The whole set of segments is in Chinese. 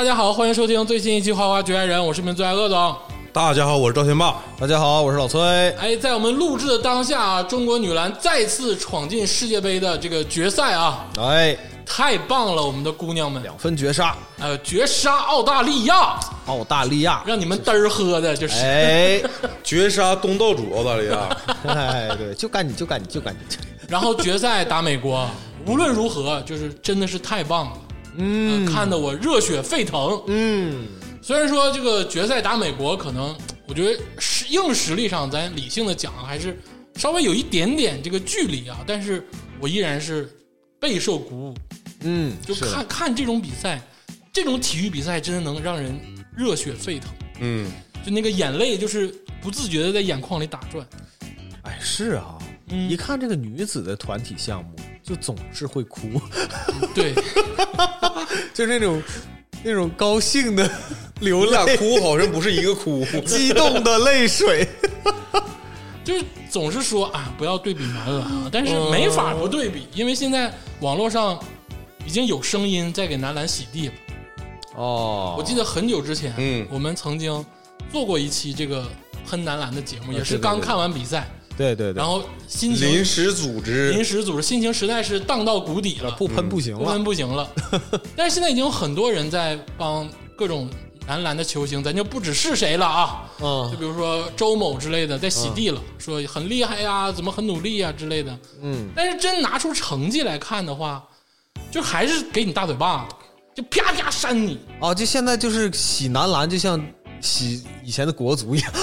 家好，欢迎收听最新一期《花花局爱人》，我是你们最爱恶总。 大家好，我是赵天霸。 大家好，我是老崔。 哎，在我们录制的当下啊，中国女篮再次闯进世界杯的这个决赛啊， 哎， 太棒了，我们的姑娘们 2分绝杀， 绝杀澳大利亚， 澳大利亚让你们嘚儿喝的，就是哎， 绝杀东道主澳大利亚。 哎，对，就干你。 然后决赛打美国，无论如何，就是真的是太棒了，看得我热血沸腾，虽然说这个决赛打美国，可能我觉得硬实力上，咱理性的讲还是稍微有一点点这个距离啊，但是我依然是备受鼓舞。就看这种比赛，这种体育比赛真的能让人热血沸腾。就那个眼泪就是不自觉的在眼眶里打转。 哎，是啊，一看这个女子的团体项目，就总是会哭。 对， 就是那种高兴的流泪， 俩哭好像不是一个哭， 激动的泪水。 就是总是说啊，不要对比男篮，但是没法不对比，因为现在网络上已经有声音在给男篮洗地了。我记得很久之前，我们曾经做过一期这个喷男篮的节目，也是刚看完比赛。 对， 然后心情临时组织， 心情实在是荡到谷底了， 不喷不行了， 但是现在已经有很多人在帮各种男篮的球星，咱就不只是谁了啊，就比如说周某之类的在洗地了，说很厉害呀，怎么很努力呀之类的，但是真拿出成绩来看的话，就还是给你大嘴巴子，就啪啪扇你啊！就现在就是洗男篮，就像洗以前的国足一样。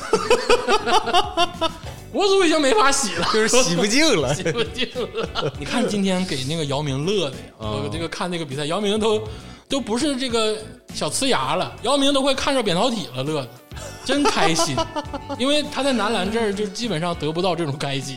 国足已经没法洗了， 就是洗不净了， 洗不净了。你看今天给那个姚明乐的呀，我这个看那个比赛，姚明都不是这个小呲牙了，姚明都快看着扁桃体了，乐的真开心，因为他在男篮这儿就基本上得不到这种该击。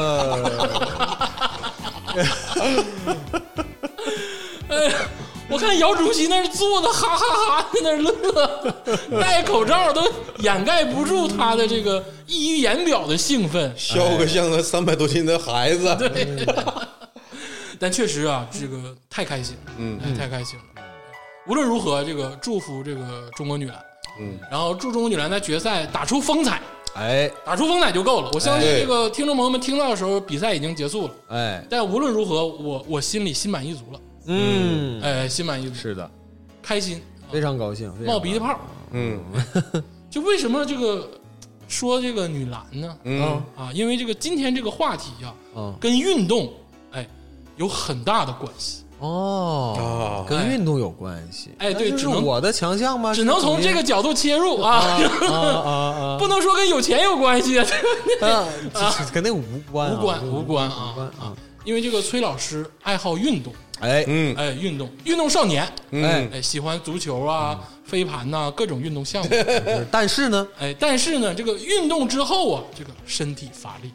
我看姚主席那儿坐的哈哈哈在那儿乐，戴口罩都掩盖不住他的这个溢于言表的兴奋， 笑个像个300多斤的孩子。 对，但确实啊，这个太开心了，太开心了。无论如何，这个祝福这个中国女篮，然后祝中国女篮在决赛打出风采，打出风采就够了。我相信这个听众朋友们听到的时候，比赛已经结束了，但无论如何，我心里心满意足了。心满意足， 是的， 开心， 非常高兴， 冒鼻涕泡。就为什么这个说这个女篮呢？因为这个今天这个话题跟运动有很大的关系。 跟运动有关系。 对，只能我的强项吗？ 只能从这个角度切入啊，不能说跟有钱有关系啊， 跟那无关啊，因为这个崔老师爱好运动。运动少年，喜欢足球啊、飞盘呐，各种运动项目。 但是呢， 这个运动之后啊，这个身体乏力，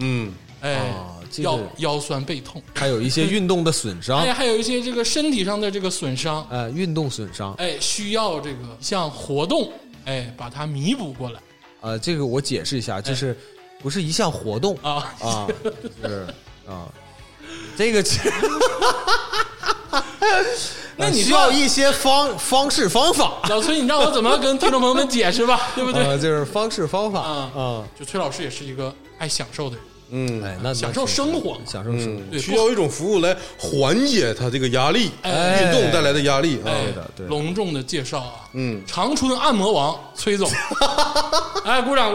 腰酸背痛， 还有一些运动的损伤， 还有一些这个身体上的这个损伤， 运动损伤， 需要这个一项活动，把它弥补过来。 这个我解释一下，就是不是一项活动是这个那你需要一些方式方法。 老崔，你让我怎么跟听众朋友们解释吧，对不对？ 就是方式方法就崔老师也是一个爱享受的人， 那享受生活， 需要一种服务来缓解他这个压力，运动带来的压力。 对， 隆重的介绍啊，长春按摩王崔总，鼓掌。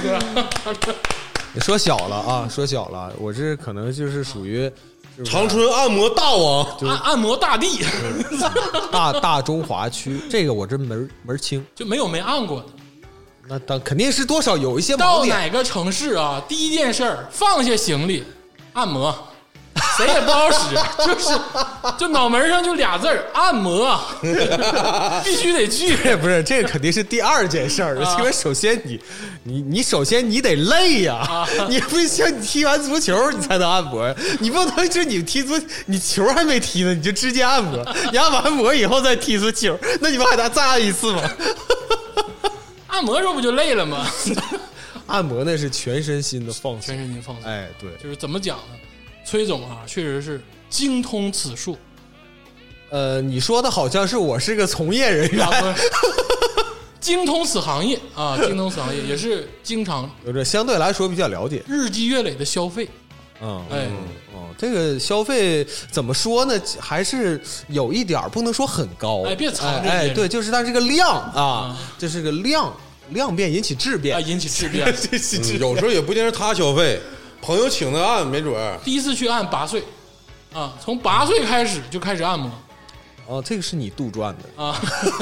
说小了，我这可能就是属于长春按摩大王， 按摩大帝， 大中华区，这个我真门清， 就没按过的。 那当肯定是多少有一些盲点。 到哪个城市啊，第一件事放下行李，按摩，谁也不好使，就脑门上就俩字按摩，必须得去。 不是，这个肯定是第2件事因为首先你首先你得累呀，你不像你踢完足球你才能按摩，你不能说你踢你球还没踢呢你就直接按摩，你按完摩以后再踢足球，那你不还得再按一次吗？ 按摩时候不就累了吗？ 按摩那是全身心的放松， 全身心放松。 对， 就是怎么讲呢？崔总啊，确实是精通此术， 你说的好像是我是个从业人员， 精通此行业啊，精通此行业也是经常有着相对来说比较了解， 日积月累的消费。 这个消费怎么说呢？还是有一点不能说很高， 别藏着。 对，就是它这个量啊，这是个量变引起质变， 引起质变。 有时候也不一定是他消费，朋友请他按，没准第一次去按8岁，从8岁开始就开始按摩。 这个是你杜撰的啊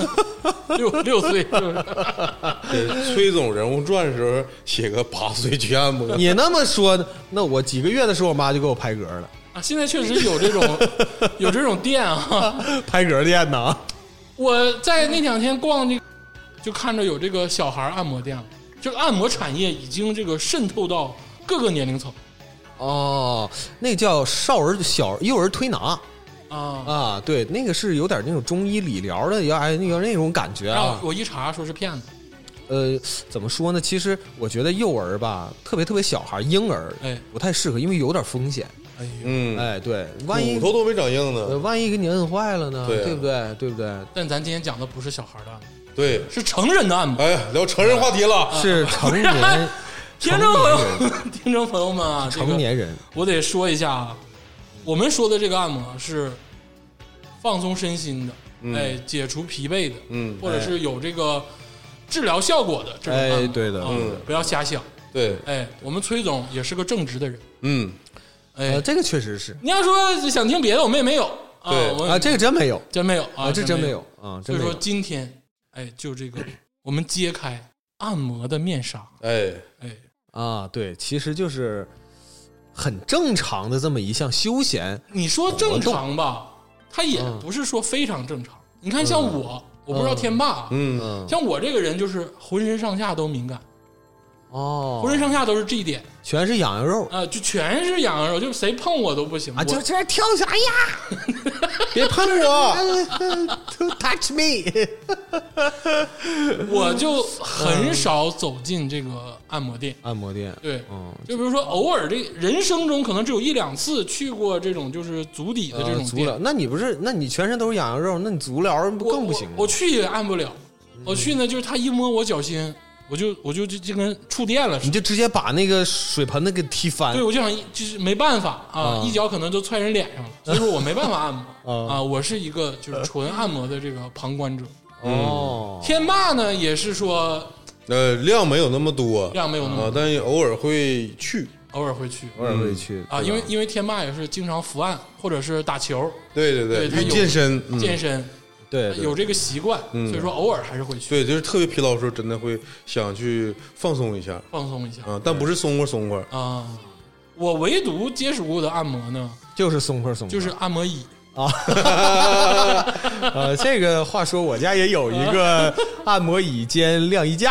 ，6岁是不是？ 给崔总人物传的时候写个8岁去按摩。 你那么说，那我几个月的时候，我妈就给我拍嗝了啊。现在确实有这种店啊， 拍嗝店呢。 我在那2天逛就看着有这个小孩按摩店了，这个按摩产业已经这个渗透到各个年龄层。 那叫幼儿推拿。对，那个是有点那种中医理疗的，有那种感觉啊。 我一查说是骗子。 怎么说呢？其实我觉得幼儿吧，特别小孩、婴儿，不太适合，因为有点风险。对，万一骨头都没长硬呢， 万一给你摁坏了呢，对不对？对不对？ 但咱今天讲的不是小孩的按摩， 对， 是成人的按摩。 聊成人话题了， 是成年。 听众朋友们啊， 成年人， 我得说一下啊，我们说的这个按摩是放松身心的，解除疲惫的，或者是有这个治疗效果的这种按摩， 对的， 不要瞎想。 对， 我们崔总也是个正直的人， 这个确实是。 你要说想听别的，我们也没有啊，这个真没有， 真没有啊， 这真没有啊。 所以说今天，就这个我们揭开按摩的面纱， 对，其实就是很正常的这么一项休闲。 你说正常吧，它也不是说非常正常。你看，像我不知道天霸，像我这个人就是浑身上下都敏感，浑身上下都是这一点， 全是痒痒肉就全是痒痒肉，就谁碰我都不行啊！就这跳下，哎呀，别碰我，Don't touch me 我就很少走进这个按摩店。对，就比如说偶尔这人生中可能只有1-2次去过这种就是足底的这种店。 那你全身都是痒痒肉，那你足疗更不行。 我去也按不了，我去呢就是他一摸我脚心。我就跟触电了似的， 你就直接把那个水盆子给踢翻。 对，我就想就是没办法一脚可能就踹人脸上了，所以说我没办法按摩我是一个就是纯按摩的这个旁观者。天霸呢也是说量没有那么多，但偶尔会去啊，因为天霸也是经常伏案或者是打球， 对， 他健身。 对， 有这个习惯，所以说偶尔还是会去。 对，就是特别疲劳的时候，真的会想去放松一下啊，但不是松快啊。我唯独接触过的按摩呢， 就是松快， 就是按摩椅啊。这个话说，我家也有一个按摩椅兼晾衣架。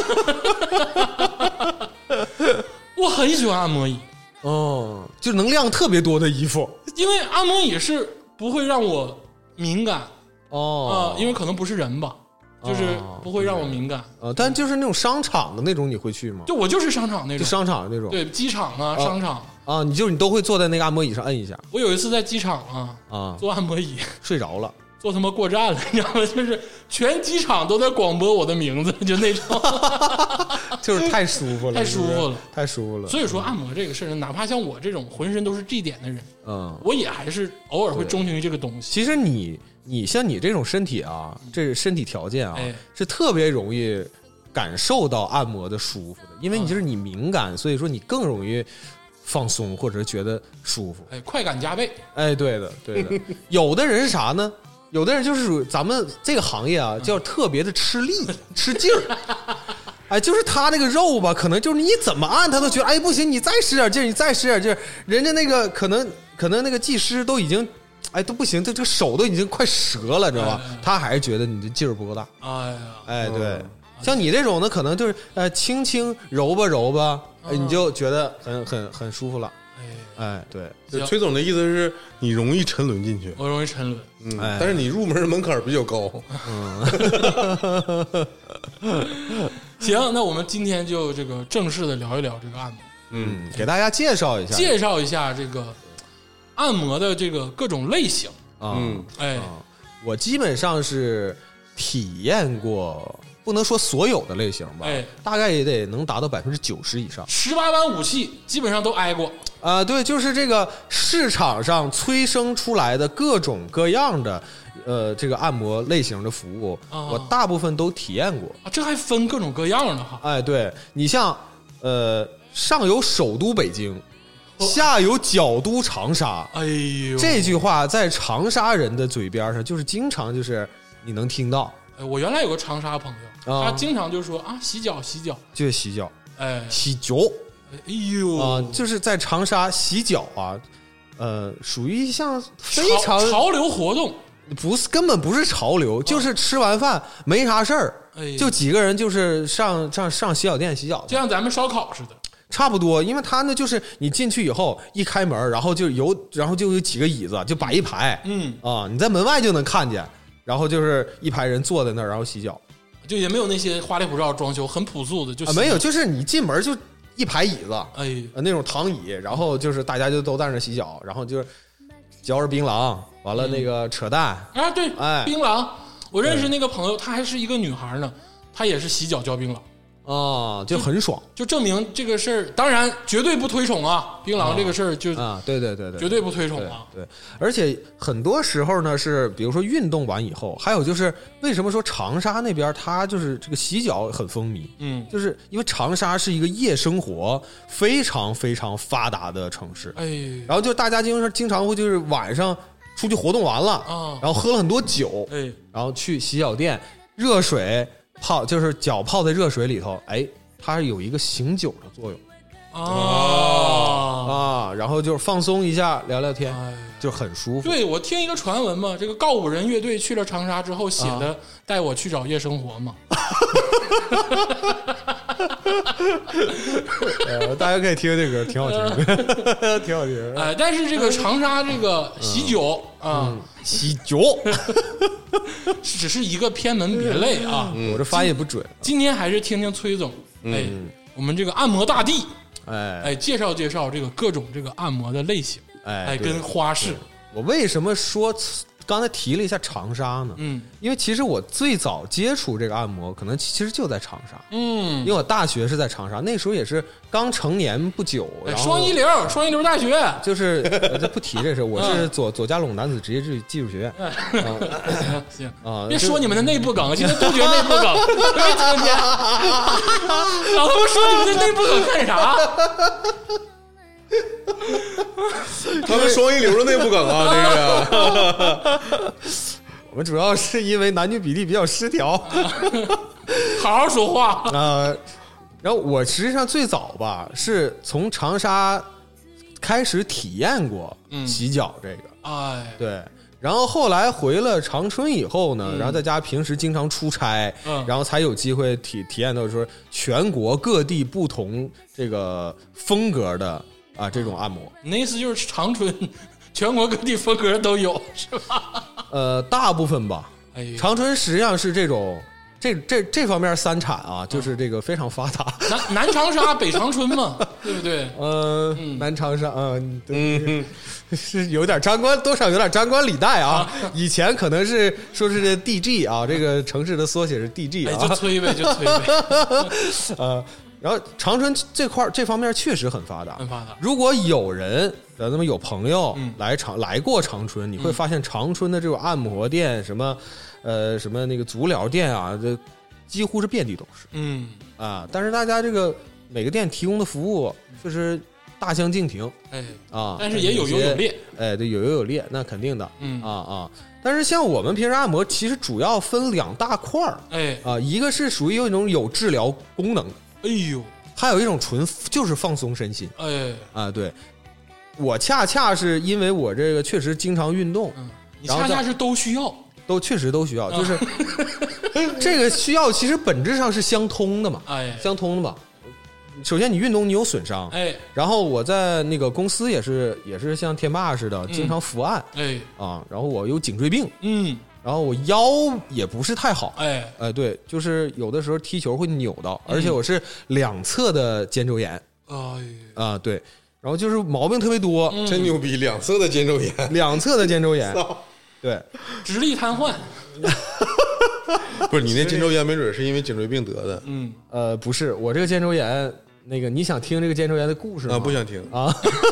我很喜欢按摩椅就能晾特别多的衣服， 因为按摩椅是不会让我敏感。因为可能不是人吧，就是不会让我敏感。 但就是那种商场的那种，你会去吗？ 就我就是商场那种， 就商场那种， 对，机场啊，商场啊，你都会坐在那个按摩椅上摁一下。 我有一次在机场坐按摩椅睡着了， 坐他妈过站了，你知道吗？就是全机场都在广播我的名字，就那种， 就是太舒服了，太舒服了。 所以说按摩这个事儿，哪怕像我这种浑身都是这点的人，我也还是偶尔会钟情于这个东西。 其实你像你这种身体啊，这身体条件是特别容易感受到按摩的舒服的，因为你就是你敏感，所以说你更容易放松或者是觉得舒服， 快感加倍。 对的。有的人是啥呢？有的人就是属于咱们这个行业啊，叫特别的吃力吃劲儿。就是他那个肉吧，可能就是你怎么按他都觉得不行，你再使点劲儿，你再使点劲儿，人家那个可能那个技师都已经都不行，这个手都已经快折了，知道吧？他还是觉得你的劲儿不够大。对，像你这种呢，可能就是轻轻揉吧，你就觉得很舒服了。对， 就崔总的意思是你容易沉沦进去， 我容易沉沦， 但是你入门门槛比较高。 行，那我们今天就这个正式的聊一聊这个按摩， 给大家介绍一下这个按摩的这个各种类型。 我基本上是体验过，不能说所有的类型吧，大概也得能达到90%以上。 18般武器基本上都挨过对，就是这个市场上催生出来的各种各样的这个按摩类型的服务，我大部分都体验过这还分各种各样的哈。 对，你像上有首都北京，下有角都长沙， 哎呦， 这句话在长沙人的嘴边上就是经常就是你能听到。 我原来有个长沙朋友，他经常就说洗脚洗脚， 就是洗脚，洗脚， 哎呦就是在长沙洗脚属于一项非常潮流活动， 不是，根本不是潮流，就是吃完饭没啥事儿，就几个人就是上洗脚店洗脚， 就像咱们烧烤似的。 差不多，因为他呢就是你进去以后一开门，然后就有几个椅子就摆一排，你在门外就能看见，然后就是一排人坐在那儿，然后洗脚， 就也没有那些花里胡哨装修，很朴素的，就没有，就是你进门就一排椅子， 那种躺椅，然后就是大家就都在那洗脚，然后就是嚼着槟榔，完了那个扯淡对，槟榔，我认识那个朋友，她还是一个女孩呢，她也是洗脚嚼槟榔。 就很爽， 就证明这个事儿，当然绝对不推崇槟榔这个事儿就对， 绝对不推崇对，而且很多时候呢是，比如说运动完以后，还有就是为什么说长沙那边它就是这个洗脚很风靡，就是因为长沙是一个夜生活非常非常发达的城市，然后就大家经常会就是晚上出去活动完了然后喝了很多酒，然后去洗脚店，热水泡，就是脚泡在热水里头，它是有一个醒酒的作用然后就是放松一下，聊聊天，就很舒服。 对，我听一个传闻嘛，这个告五人乐队去了长沙之后写的带我去找夜生活嘛大家可以听这歌，挺好听的挺好听但是这个长沙这个喜酒喜酒只是一个偏门别类我这发音不准。 今天还是听听崔总我们这个按摩大帝介绍介绍这个各种这个按摩的类型跟花式。 我为什么说刚才提了一下长沙呢？因为其实我最早接触这个按摩，可能其实就在长沙。因为我大学是在长沙，那时候也是刚成年不久。 双一流大学， 就是不提这事，我是左家垄男子职业技术学院。 行别说你们的内部梗，现在杜绝内部梗，没听见？老他妈说你们的内部梗干啥？ 他们双一流的内部梗这个我们主要是因为男女比例比较失调好好说话然后我实际上最早吧是从长沙开始体验过洗脚这个对，然后后来回了长春以后呢，然后在家平时经常出差然后才有机会体验到说全国各地不同这个风格的这种按摩。 你那意思就是长春全国各地风格都有是吧？ 大部分吧。长春实际上是这种这方面三产就是这个非常发达。 南长沙北长春嘛，对不对？ 南长沙对是有点沾光，多少有点沾光李带以前可能是说是这 DG 这个城市的缩写是 DG 就催呗然后长春这方面确实很发达， 很发达。 如果有人那么有朋友来过长春，你会发现长春的这种按摩店什么那个足疗店这几乎是遍地都是。但是大家这个每个店提供的服务就是大相径庭。 但是也有优有劣。 对，有优有劣，那肯定的。但是像我们平时按摩，其实主要分两大块儿。一个是属于有一种有治疗功能。还有一种纯就是放松身心。对，我恰恰是因为我这个确实经常运动， 你恰恰是都需要， 确实都需要，就是这个需要其实本质上是相通的嘛，相通的嘛。首先你运动你有损伤，然后我在那个公司也是像天霸似的，经常伏案，然后我有颈椎病，然后我腰也不是太好，对，就是有的时候踢球会扭到，而且我是两侧的肩周炎，对，然后就是毛病特别多， 真牛逼，两侧的肩周炎， 对， 直立瘫痪。 不是你那肩周炎没准是因为颈椎病得的。 不是，我这个肩周炎，那个你想听这个肩周炎的故事吗？ 啊，不想听啊。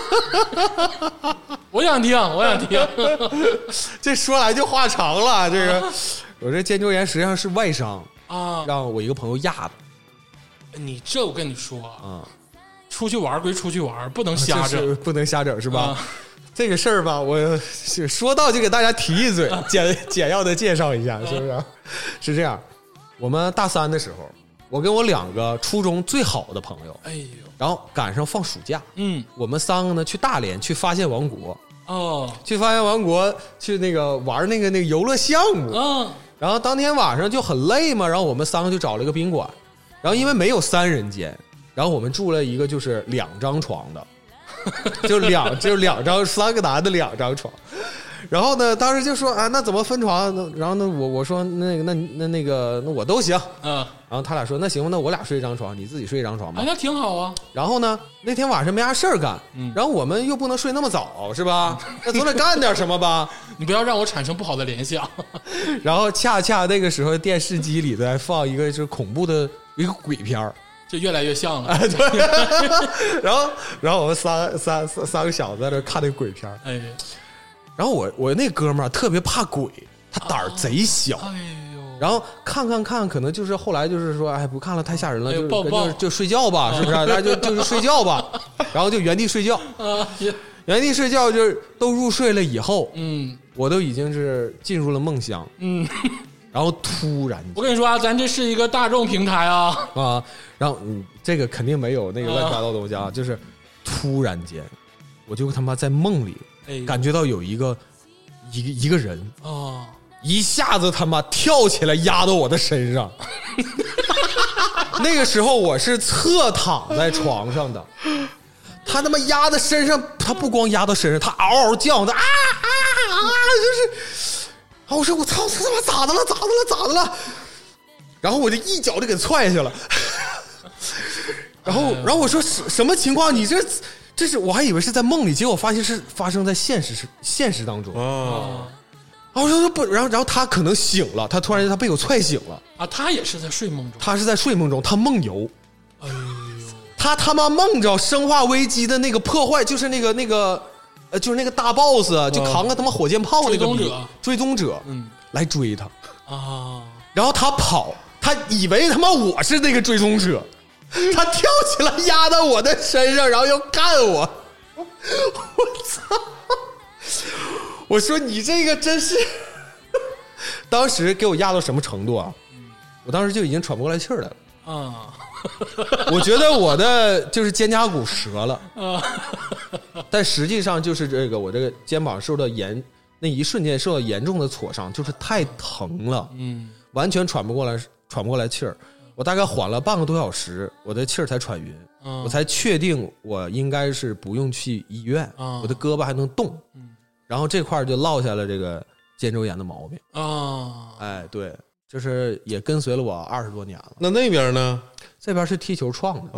我想听。 这说来就话长了。这个我这肩周炎实际上是外伤啊， 让我一个朋友压的。 你这我跟你说啊，出去玩归出去玩，不能瞎整， 不能瞎整是吧？这个事儿吧，我说到就给大家提一嘴，简要的介绍一下，是不是？是这样，我们大3的时候，我跟我2个初中最好的朋友， 哎呦， 然后赶上放暑假，我们3个呢去大连去发现王国，去发现王国去那个玩那个游乐项目，然后当天晚上就很累嘛，然后我们3个就找了一个宾馆。然后因为没有3人间，然后我们住了一个就是2张床的，就两张3个男的2张床。然后呢，当时就说啊，那怎么分床？然后呢，我说那我都行。然后他俩说那行吧，那我俩睡一张床，你自己睡一张床吧。 那挺好啊。 然后呢，那天晚上没啥事儿干，然后我们又不能睡那么早，是吧？那总得干点什么吧？ 你不要让我产生不好的联想。 然后恰恰那个时候，电视机里在放一个就是恐怖的一个鬼片儿。 就越来越像了， 对。然后我们三个小子在那看那个鬼片儿， 哎。 然后我那哥们儿特别怕鬼，他胆儿贼小， 哎呦。 然后看，可能就是后来就是说，哎，不看了，太吓人了，就睡觉吧，是不是？那就是睡觉吧，然后就原地睡觉，原地睡觉，就是都入睡了以后，我都已经是进入了梦乡，然后突然， 我跟你说啊，咱这是一个大众平台啊， 然后这个肯定没有那个乱七八糟的东西啊，就是突然间，我就他妈在梦里感觉到有一个人啊，一下子他妈跳起来压到我的身上，那个时候我是侧躺在床上的，他他妈压在身上，他不光压到身上，他嗷嗷叫的就是。我说我操，他妈咋的了？然后我就一脚就给踹下去了。然后我说什么情况？你这是我还以为是在梦里，结果发现是发生在现实当中啊。我说不，然后他可能醒了，他突然他被我踹醒了啊。他也是在睡梦中， 他是在睡梦中，他梦游。哎呦，他妈梦着《生化危机》的那个破坏，就是那个。就是那个大 boss 就扛个他妈火箭炮那个追踪者，来追他啊！然后他跑，他以为他妈我是那个追踪者，他跳起来压到我的身上，然后要干我。我操！我说你这个真是，当时给我压到什么程度啊？我当时就已经喘不过来气儿来了啊！我觉得我的就是肩胛骨折了，但实际上就是我这个肩膀受到那一瞬间受到严重的挫伤，就是太疼了，完全喘不过来气儿。我大概缓了半个多小时，我的气儿才喘匀，我才确定我应该是不用去医院，我的胳膊还能动，然后这块就落下了这个肩周炎的毛病啊。哎，对，就是也跟随了我20多年了。 那边呢？ 这边是踢球创的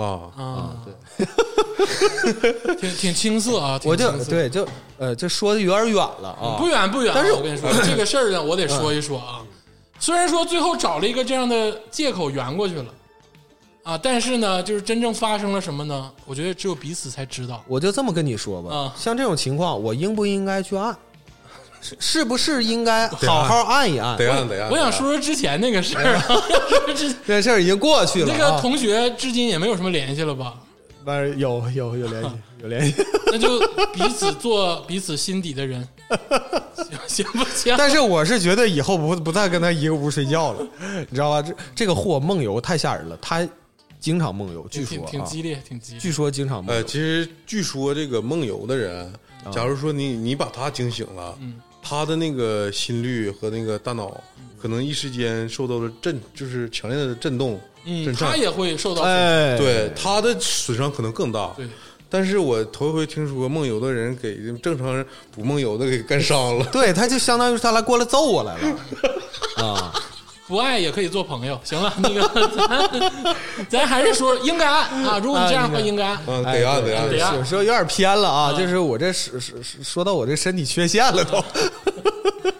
对，挺青涩啊。 我就对，这说的有点远了啊， 不远。但是我跟你说这个事儿呢，我得说一说啊。虽然说最后找了一个这样的借口圆过去了啊，但是呢，就是真正发生了什么呢？我觉得只有彼此才知道。 我就这么跟你说吧，像这种情况，我应不应该去按？是不是应该好好按一按？ 得按。 我想说之前那个事儿， 这事儿已经过去了。 那个同学至今也没有什么联系了吧？ 有联系， 那就彼此做彼此心底的人，行不行？ 但是我是觉得以后不再跟他一个屋睡觉了，你知道吧？这个货梦游太吓人了，他经常梦游，据说挺激烈。 据说经常梦游。 其实据说这个梦游的人，假如说你把他惊醒了，他的那个心率和那个大脑可能一时间受到了就是强烈的震动， 他也会受到对他的损伤可能更大。 对， 但是我头一回听说梦游的人给正常人不梦游的给干伤了。 对，他就相当于他过来揍我来了啊！ 不爱也可以做朋友。行了，那个咱还是说应该按啊，如果你这样的话应该按， 得按。 有时候有点偏了啊，就是我这说到我这身体缺陷了都。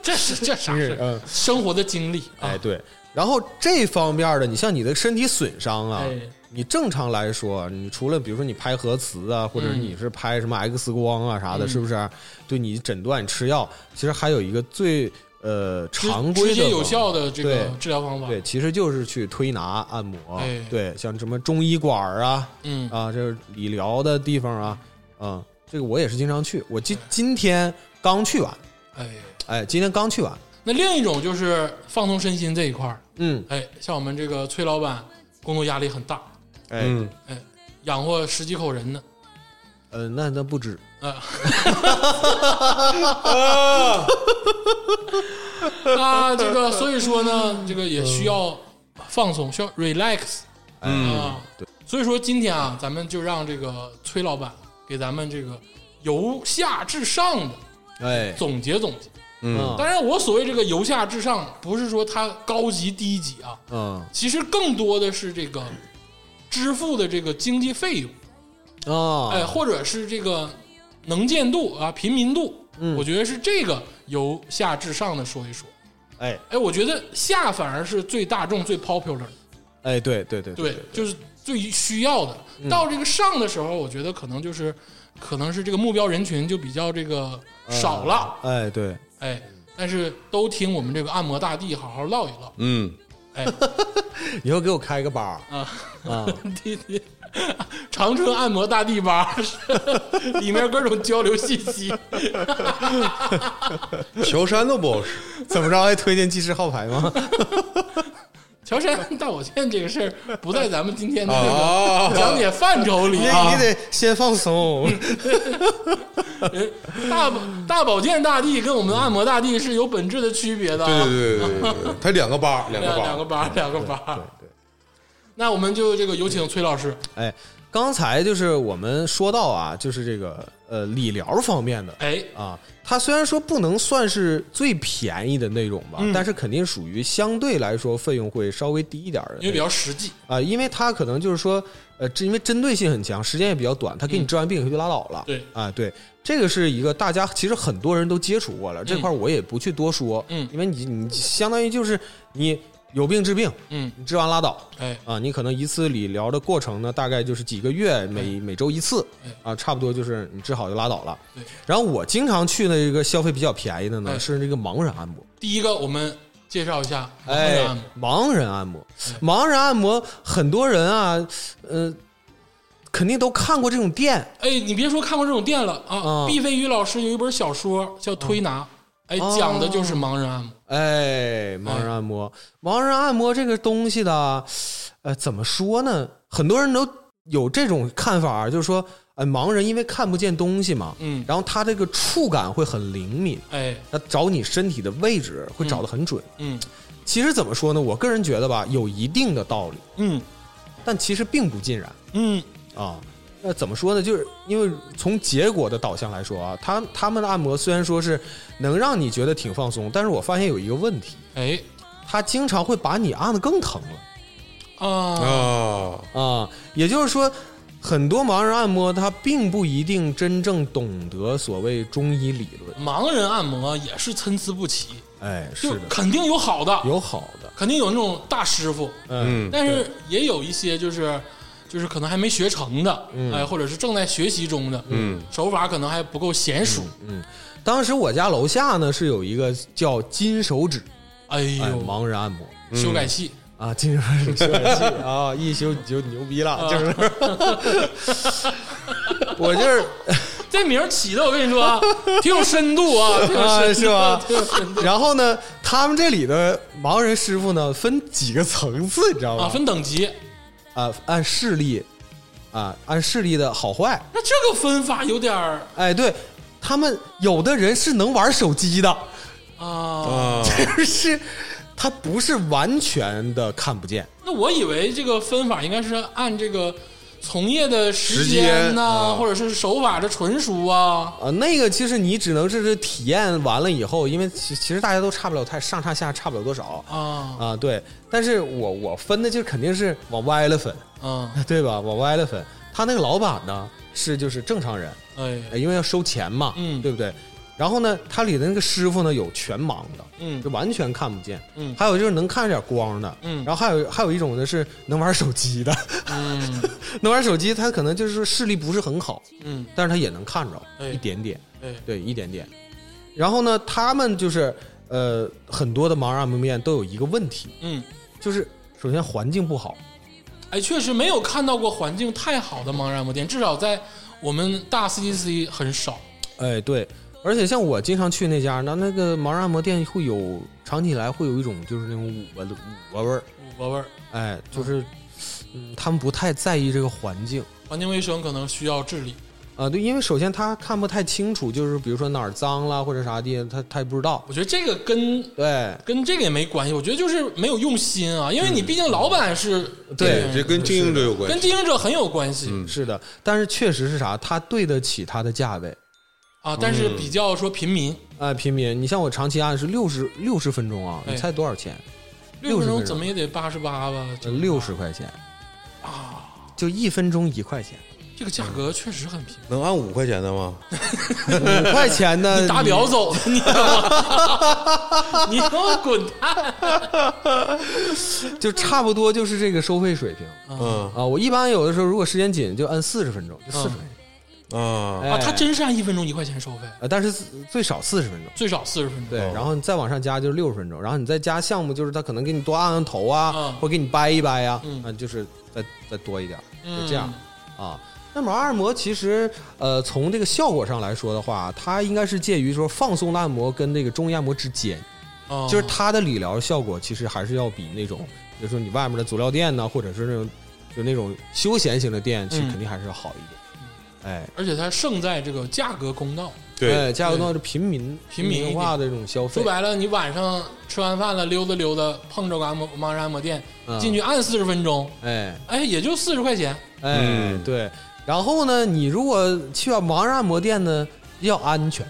这啥事？生活的经历。 哎，对。然后这方面的，你像你的身体损伤啊，你正常来说，你除了比如说你拍核磁啊，或者你是拍什么 X 光啊啥的，是不是？对你诊断、你吃药，其实还有一个最常规的、 直接有效的这个治疗方法。 对，其实就是去推拿、按摩。对，像什么中医馆啊，这是理疗的地方啊，这个我也是经常去。我今天刚去完，今天刚去完。 那另一种就是放松身心这一块儿，像我们这个崔老板工作压力很大，养活10几口人呢， 那不止这个所以说呢，这个也需要放松，需要 relax，对，所以说今天啊，咱们就让这个崔老板给咱们这个由下至上的总结总结。当然我所谓这个由下至上不是说它高级低级啊，其实更多的是这个支付的这个经济费用或者是这个能见度啊、平民度，我觉得是这个由下至上的说一说。我觉得下反而是最大众、最 popular 的。 对， 就是最需要的。到这个上的时候，我觉得可能是这个目标人群就比较这个少了。 对。 但是都听我们这个按摩大帝好好唠一唠。 以后给我开个吧长春按摩大帝吧，里面各种交流信息。 乔山都不好使， 怎么着还推荐技师号牌吗？ 乔山大保健这个事儿不在咱们今天的这个讲解范畴里你得先放松。 大保健大帝跟我们的按摩大帝是有本质的区别的。 对，他两个八。 对。 那我们就这个有请崔老师。 刚才就是我们说到啊，就是这个理疗方面的，它虽然说不能算是最便宜的那种吧，但是肯定属于相对来说费用会稍微低一点的， 因为比较实际因为它可能就是说因为针对性很强，时间也比较短，它给你治完病以后就拉倒了。对，这个是一个大家其实很多人都接触过了，这块我也不去多说，因为你相当于就是你有病治病，你治完拉倒，你可能一次理疗的过程呢，大概就是几个月，每周一次，差不多就是你治好就拉倒了。然后我经常去的一个消费比较便宜的呢，是这个盲人按摩。 第一个我们介绍一下盲人按摩。 盲人按摩很多人啊，肯定都看过这种店。 你别说看过这种店了啊，毕飞宇老师有一本小说叫《推拿》。讲的就是盲人按摩。 盲人按摩，盲人按摩这个东西的，怎么说呢？很多人都有这种看法，就是说，盲人因为看不见东西嘛，然后他这个触感会很灵敏，他找你身体的位置会找得很准，其实怎么说呢？我个人觉得吧，有一定的道理，但其实并不尽然，那怎么说呢？就是因为从结果的导向来说啊，他们的按摩虽然说是能让你觉得挺放松，但是我发现有一个问题，他经常会把你按得更疼了。也就是说，很多盲人按摩他并不一定真正懂得所谓中医理论。 盲人按摩也是参差不齐， 是的， 肯定有好的，肯定有那种大师傅，但是也有一些就是可能还没学成的，或者是正在学习中的，手法可能还不够娴熟。 当时我家楼下呢是有一个叫金手指，盲人按摩修改器金手指修改器一修你就牛逼了，就是。我就是这名起的，我跟你说挺有深度是吧？然后呢，他们这里的盲人师傅呢分几个层次，你知道吗？ 分等级。 按视力，按视力的好坏。 那这个分法有点对，他们有的人是能玩手机的就是他不是完全的看不见。 那我以为这个分法应该是按这个从业的时间或者是手法的纯熟那个其实你只能是体验完了以后，因为其实大家都差不了上下差不了多少对。但是我分的就肯定是往歪了分对吧？往歪了分。他那个老板呢就是正常人因为要收钱嘛对不对？ 然后呢，它里的那个师傅呢有全盲的，就完全看不见，还有就是能看着点光的，然后还有一种呢是能玩手机的，能玩手机，他可能就是视力不是很好，但是他也能看着一点点，对，一点点。然后呢，他们就是很多的盲人按摩店都有一个问题，就是首先环境不好， 哎，确实没有看到过环境太好的盲人按摩店，至少在我们大 CDC 很少。 哎，对。而且像我经常去那家，那个盲人按摩店会有长期以来会有一种就是那种五味儿，哎，就是他们不太在意这个环境卫生，可能需要治理啊。对，因为首先他看不太清楚，就是比如说哪儿脏了或者啥地，他也不知道。 我觉得这个跟这个也没关系，我觉得就是没有用心啊，因为你毕竟老板是对， 这跟经营者有关系， 跟经营者很有关系。 是的，但是确实是啥，他对得起他的价位。 啊，但是比较说平民平民，你像我长期按是60分钟啊，你猜多少钱 ？60分钟怎么也得88吧 ？60块钱啊，就1分钟1块钱， 这个价格确实很平。 能按5块钱的吗 ？5块钱的， 你打表走，你给我滚蛋！ 就差不多就是这个收费水平。我一般有的时候如果时间紧，就按40分钟，就40分钟。 他真是按1分钟1块钱收费， 但是最少40分钟， 最少40分钟。 对，然后你再往上加就是60分钟，然后你再加项目，就是他可能给你多按头啊，或给你掰一掰呀，就是再多一点，就这样啊。那盲人按摩其实从这个效果上来说的话，它应该是介于说放松的按摩跟这个中医按摩之间，就是它的理疗效果其实还是要比那种，比如说你外面的足疗店呢，或者是那种休闲型的店，其实肯定还是要好一点。 而且它胜在这个价格公道， 对，价格公道是平民化的这种消费。 说白了，你晚上吃完饭了，溜达，碰着个盲人按摩店，进去按40分钟，也就40块钱， 对。然后呢，你如果去盲人按摩店呢，要安全。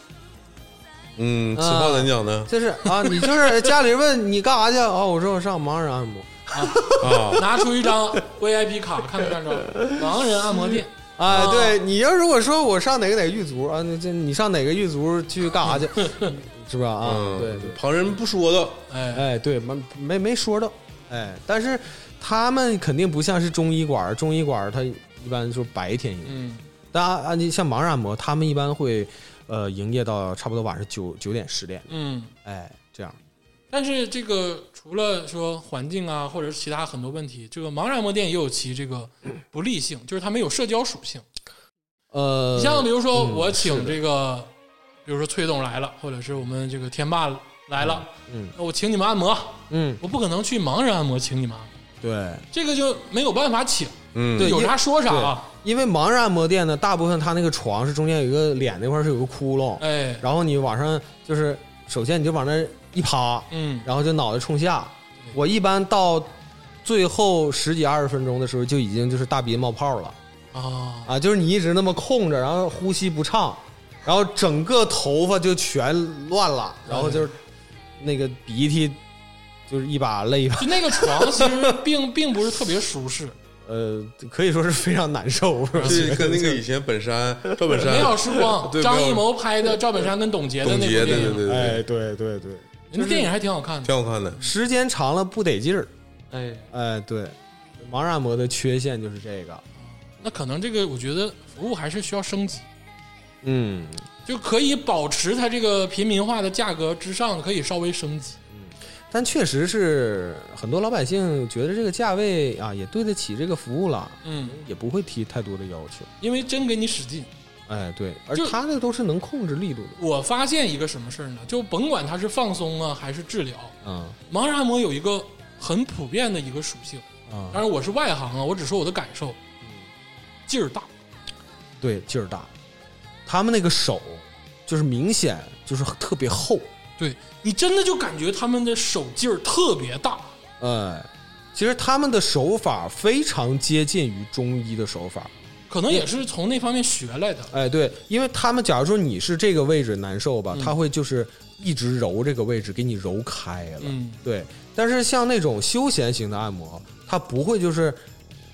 此话怎讲呢？ 就是你就是家里人问你干啥去我说我上盲人按摩拿出一张 VIP 卡，看没看着？盲人按摩店。 对，你要如果说我上哪个狱卒啊，你上哪个狱卒去干啥去，是吧？对， 旁人不说的， 对，没说到，但是他们肯定不像是中医馆它一般说白天营业，但你像盲人按摩，他们一般会营业到差不多晚上9点10点，这样。 但是这个除了说环境啊，或者是其他很多问题，这个盲人按摩店也有其这个不利性，就是它没有社交属性。你像比如说我请这个，比如说崔总来了，或者是我们这个天霸来了，我请你们按摩，我不可能去盲人按摩请你们按摩， 对， 这个就没有办法请， 对， 有啥说啥啊。 因为盲人按摩店呢，大部分它那个床是中间有一个脸那块是有个窟窿，然后你往上就是首先你就往那一趴，然后就脑袋冲下。我一般到最后10几20分钟的时候，就已经就是大鼻子冒泡了就是你一直那么空着，然后呼吸不畅，然后整个头发就全乱了，然后就是那个鼻涕就是一把泪吧。 就那个床其实并不是特别舒适。 可以说是非常难受， 是跟那个以前赵本山美好时光张艺谋拍的赵本山跟董洁的那部电影， 对， 那电影还挺好看的， 挺好看的， 时间长了不得劲儿，对，盲人按摩的缺陷就是这个， 那可能这个我觉得服务还是需要升级，就可以保持它这个平民化的价格之上，可以稍微升级。 但确实是很多老百姓觉得这个价位也对得起这个服务了，也不会提太多的要求， 因为真给你使劲， 对，而他那都是能控制力度的。 我发现一个什么事呢？就甭管它是放松啊还是治疗，盲人按摩有一个很普遍的一个属性，当然我是外行我只说我的感受，劲儿大， 对，劲儿大，他们那个手就是明显就是特别厚。 对，你真的就感觉他们的手劲儿特别大。 其实他们的手法非常接近于中医的手法， 可能也是从那方面学来的。 对，因为他们假如说你是这个位置难受吧，他会就是一直揉这个位置，给你揉开了。对。但是像那种休闲型的按摩，它不会就是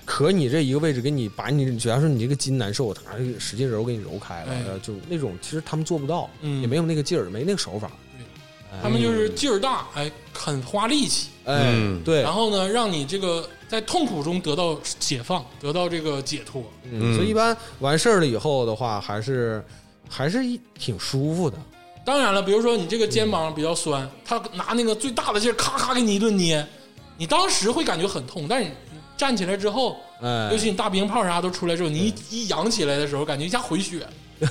可你这一个位置给你把你，假如说你这个筋难受，他使劲揉给你揉开了，就那种其实他们做不到，也没有那个劲儿，没那个手法。 他们就是劲儿大，很花力气， 对， 然后呢，让你这个在痛苦中得到解放，得到这个解脱。 所以一般完事儿了以后的话，还是挺舒服的。 当然了，比如说你这个肩膀比较酸，他拿那个最大的劲儿咔咔给你一顿捏，你当时会感觉很痛，但是你站起来之后，尤其你大冰泡啥都出来之后，你一扬起来的时候，感觉一下回血。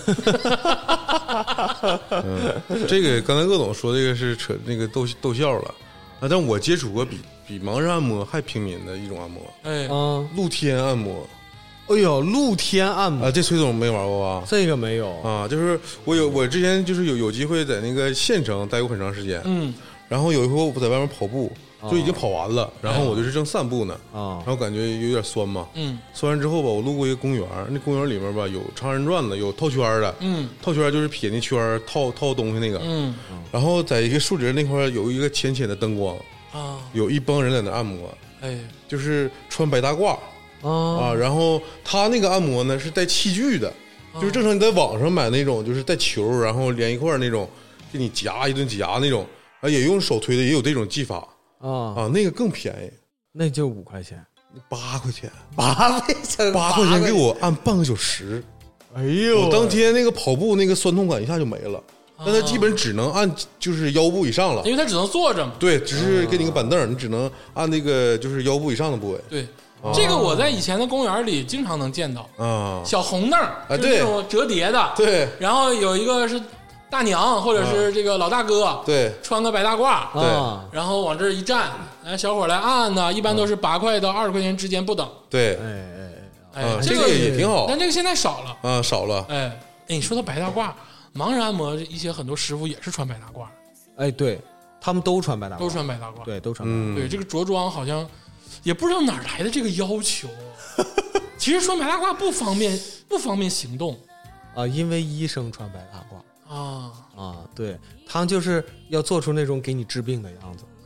这个刚才鄂总说这个是扯那个逗笑了啊，但我接触过比盲人按摩还平民的一种按摩，露天按摩。 哎呦，露天按摩啊，这崔总没玩过吧？ 这个没有啊，就是我之前就是有机会在那个县城待过很长时间，然后有一回我在外面跑步。就已经跑完了，然后我就是正散步呢，然后感觉有点酸嘛，酸完之后吧，我路过一个公园，那公园里面吧有长人转的，有套圈的，套圈就是撇那圈套东西那个，然后在一个树林那块有一个浅浅的灯光，有一帮人在那按摩，就是穿白大褂然后他那个按摩呢是带器具的，就是正常你在网上买那种就是带球，然后连一块那种给你夹一顿夹那种，也用手推的，也有这种技法。那个更便宜， 那就5块钱 ，8块钱 ，8 块钱给我按半个小时。 哎呦， 我当天那个跑步那个酸痛感一下就没了，但他基本只能按就是腰部以上了， 因为他只能坐着嘛。 对，只是给你个板凳，你只能按那个就是腰部以上的部位。 对，这个我在以前的公园里经常能见到小红凳就是那种折叠的， 对， 然后有一个是大娘或者是这个老大哥， 对， 穿个白大褂， 对， 然后往这一站，小伙来按呢，一般都是8块到20块钱之间不等。 对， 这个也挺好， 但这个现在少了少了。 你说到白大褂，盲人按摩一些很多师傅也是穿白大褂。 对，他们都穿白大褂， 都穿白大褂， 对，都穿白大褂。 对，这个着装好像也不知道哪来的这个要求。其实穿白大褂不方便行动因为医生穿白大褂。对，他们就是要做出那种给你治病的样子。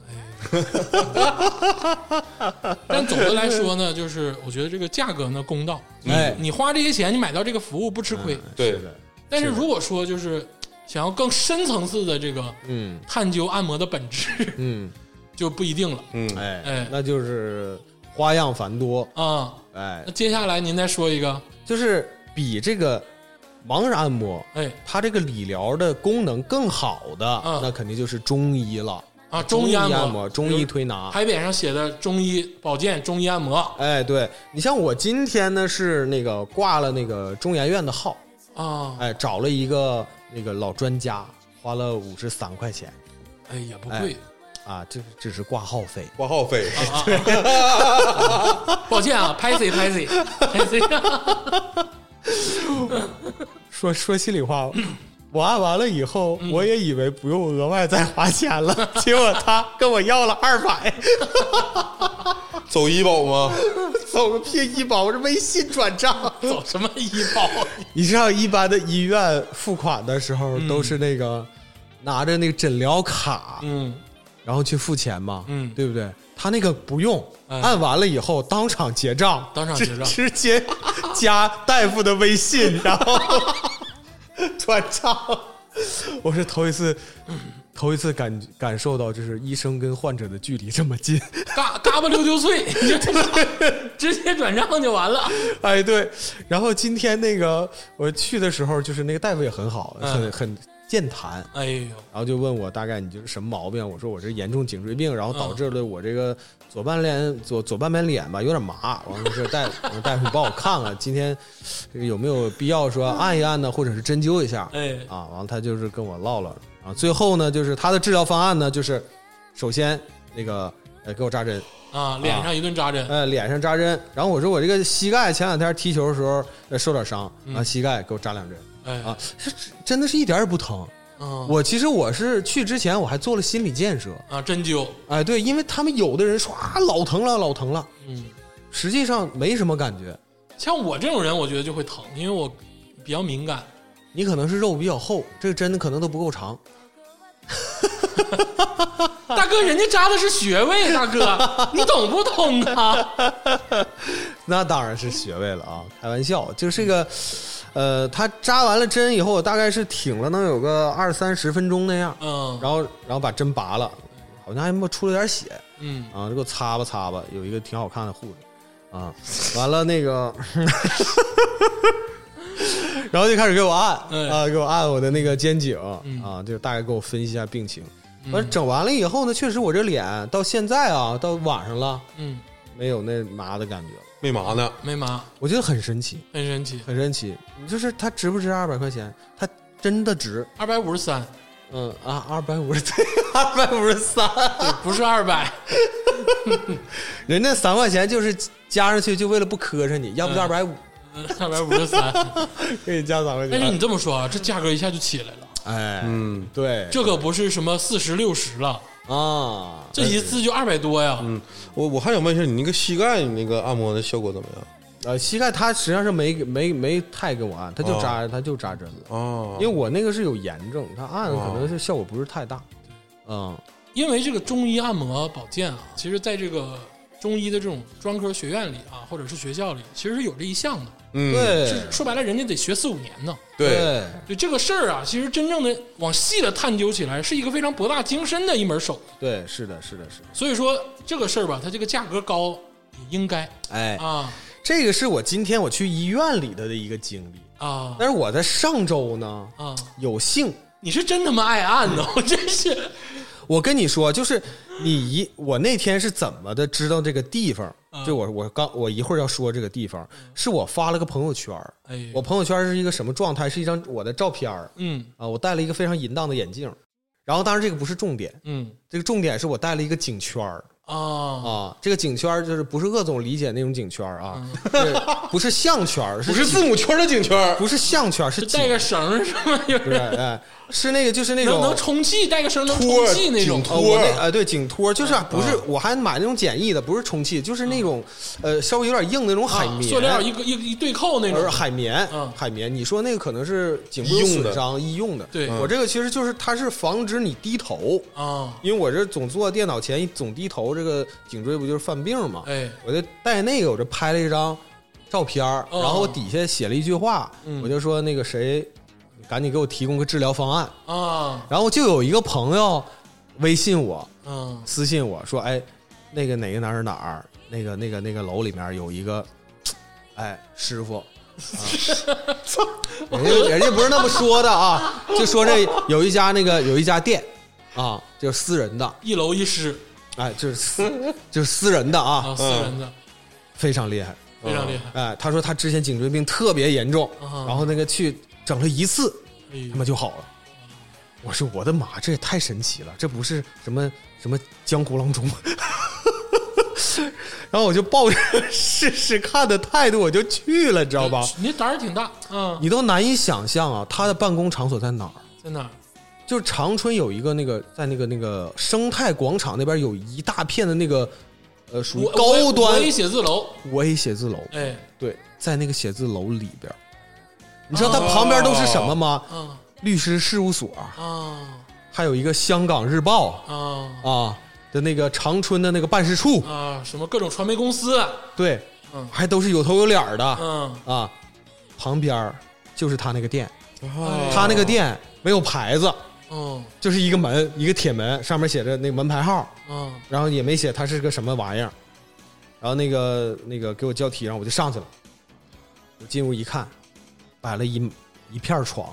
但总的来说呢，就是我觉得这个价格呢公道，你花这些钱，你买到这个服务不吃亏。 对的。 但是如果说就是想要更深层次的这个探究按摩的本质，就不一定了。 那就是花样繁多那接下来您再说一个， 就是比这个盲人按摩，它这个理疗的功能更好的，那肯定就是中医了中医按摩、中医推拿， 牌匾上写的中医保健、中医按摩。 对，你像我今天呢是那个挂了那个中研院的号找了一个那个老专家，花了53块钱， 也不贵这只是挂号费， 抱歉拍谁。 说心里话，我按完了以后，我也以为不用额外再花钱了，结果他跟我要了200。 走医保吗？ 走个屁医保，我是微信转账。 走什么医保？ 你知道一般的医院付款的时候都是那个拿着那个诊疗卡，然后去付钱嘛，对不对？他那个不用，按完了以后当场结账，直接加大夫的微信，然后转账。我是头一次感受到，就是医生跟患者的距离这么近， 嘎巴溜脆，直接转账就完了。 对。然后今天那个我去的时候，就是那个大夫也很好，很健谈，然后就问我大概你就是什么毛病，我说我这严重颈椎病，然后导致了我这个左半边脸吧有点麻，完了说大夫帮我看看今天这个有没有必要说按一按呢，或者是针灸一下，完了他就是跟我唠了，最后呢就是他的治疗方案呢就是首先那个给我扎针脸上一顿扎针， 脸上扎针，然后我说我这个膝盖前2天踢球的时候受点伤，膝盖给我扎2针。真的是一点也不疼。我其实我是去之前我还做了心理建设针灸。 对，因为他们有的人说老疼了，实际上没什么感觉。 像我这种人，我觉得就会疼，因为我比较敏感。 你可能是肉比较厚，这个针可能都不够长。 大哥，人家扎的是穴位，大哥，你懂不懂啊？ 那当然是穴位了啊，开玩笑，就是这个，他扎完了针以后，我大概是挺了能有个20-30分钟那样，然后把针拔了，好像还出了点血，就给我擦吧擦吧，有一个挺好看的护士，啊，完了那个，然后就开始给我按，给我按我的那个肩颈，啊，就大概给我分析一下病情。完整完了以后呢，确实我这脸到现在啊，到晚上了，没有那麻的感觉， 没麻呢， 没麻， 我觉得很神奇， 很神奇， 很神奇。就是它值不值200块钱？它真的值 253，253， 对， 不是200， 人家3块钱就是加上去就为了不磕碜你，要不就 253， 给你加3块钱。 但是你这么说啊，这价格一下就起来了。 哎，对， 这可不是什么40、60了啊，这一次就200多呀。 我还想问一下，你那个膝盖，你那个按摩的效果怎么样？ 膝盖他实际上是没太给我按，他就扎针了。因为我那个是有炎症，他按可能是效果不是太大。 因为这个中医按摩保健啊，其实在这个中医的这种专科学院里啊，或者是学校里，其实是有这一项的。 对， 说白了，人家得学4-5年呢。 对， 这个事儿啊，其实真正的往细的探究起来，是一个非常博大精深的一门手艺。 对，是的。 所以说这个事儿吧，它这个价格高也应该。 这个是我今天我去医院里的一个经历啊。但是我在上周呢有幸， 你是真他妈爱按呢，我真是。 我跟你说，就是我那天是怎么的知道这个地方？就我一会儿要说这个地方，是我发了个朋友圈。我朋友圈是一个什么状态？是一张我的照片。我戴了一个非常淫荡的眼镜，然后当然这个不是重点，这个重点是我戴了一个颈圈这个颈圈就是不是鄂总理解那种颈圈啊，不是项圈， 不是字母圈的颈圈， 不是项圈，是带个绳是吗？ 对，是那个就是那种能充气，带个绳能充气那种。 对，颈托就是不是我还买那种简易的，不是充气，就是那种稍微有点硬的那种海绵， 塑料一对扣那种海绵。你说那个可能是颈部有损伤医用的， 对我这个其实就是它是防止你低头啊，因为我这总坐电脑前总低头，这个颈椎不就是犯病嘛？我就带那个，我这拍了一张照片，然后我底下写了一句话，我就说那个谁，赶紧给我提供个治疗方案啊！然后就有一个朋友微信我，私信我说，哎，那个哪个哪儿，那个楼里面有一个，师傅，人家不是那么说的啊，就说这有一家店啊，就是私人的 ，1楼1室。 就是私人的啊， 私人的， 非常厉害， 非常厉害。 他说他之前颈椎病特别严重，然后那个去整了1次，他妈就好了。我说我的妈，这也太神奇了，这不是什么江湖郎中。然后我就抱着试试看的态度，我就去了，知道吧？ 你胆儿挺大， 你都难以想象啊，他的办公场所在哪儿？ 在哪儿？ 就是长春有一个在那个生态广场那边有一大片的那个属于高端 5A 写字楼 ，5A 写字楼，对，在那个写字楼里边，你知道它旁边都是什么吗？律师事务所还有一个香港日报的那个长春的那个办事处什么各种传媒公司， 对，还都是有头有脸的旁边就是他那个店，他那个店没有牌子。就是一个门，一个铁门，上面写着那个门牌号，然后也没写它是个什么玩意儿，然后那个给我叫题，然后我就上去了，我进屋一看，摆了一片床，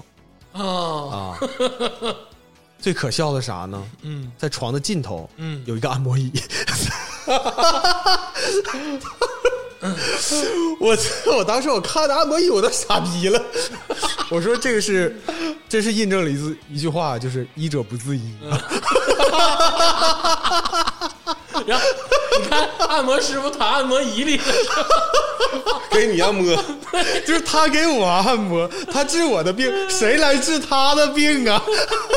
最可笑的啥呢？在床的尽头，有一个按摩椅。我当时我看的按摩椅我都傻逼了，我说这是印证了一句话，就是医者不自医。 然后你看按摩师傅躺按摩椅里了， 给你按摩， 就是他给我按摩，他治我的病，谁来治他的病啊？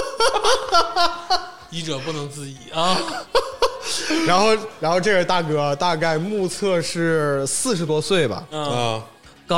医者不能自医啊。 然后这个大哥大概目测是40多岁吧，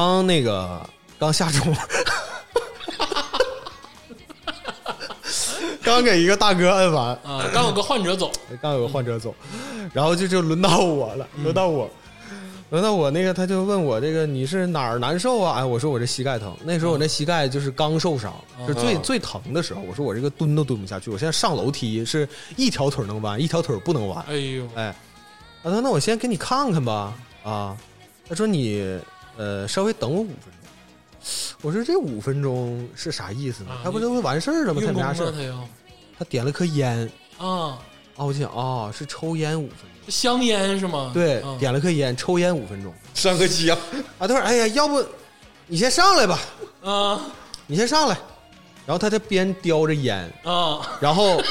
刚下钟， 刚给一个大哥摁完啊，刚有个患者走， 然后就轮到我了，轮到我那个，他就问我这个你是哪儿难受啊？哎，我说我这膝盖疼。那时候我这膝盖就是刚受伤，就是最疼的时候。我说我这个蹲都蹲不下去，我现在上楼梯是一条腿能弯，一条腿不能弯。 哎呦， 哎，他说那我先给你看看吧。啊，他说你稍微等我5分钟。我说这5分钟是啥意思呢？他不就完事儿了吗？他没啥事儿。他点了颗烟啊，我就想啊，是抽烟5分钟。 香烟是吗？ 对，点了颗烟，抽烟5分钟， 上个香啊！他说：“哎呀，要不你先上来吧， 啊， 你先上来。”然后他在边叼着烟啊，然后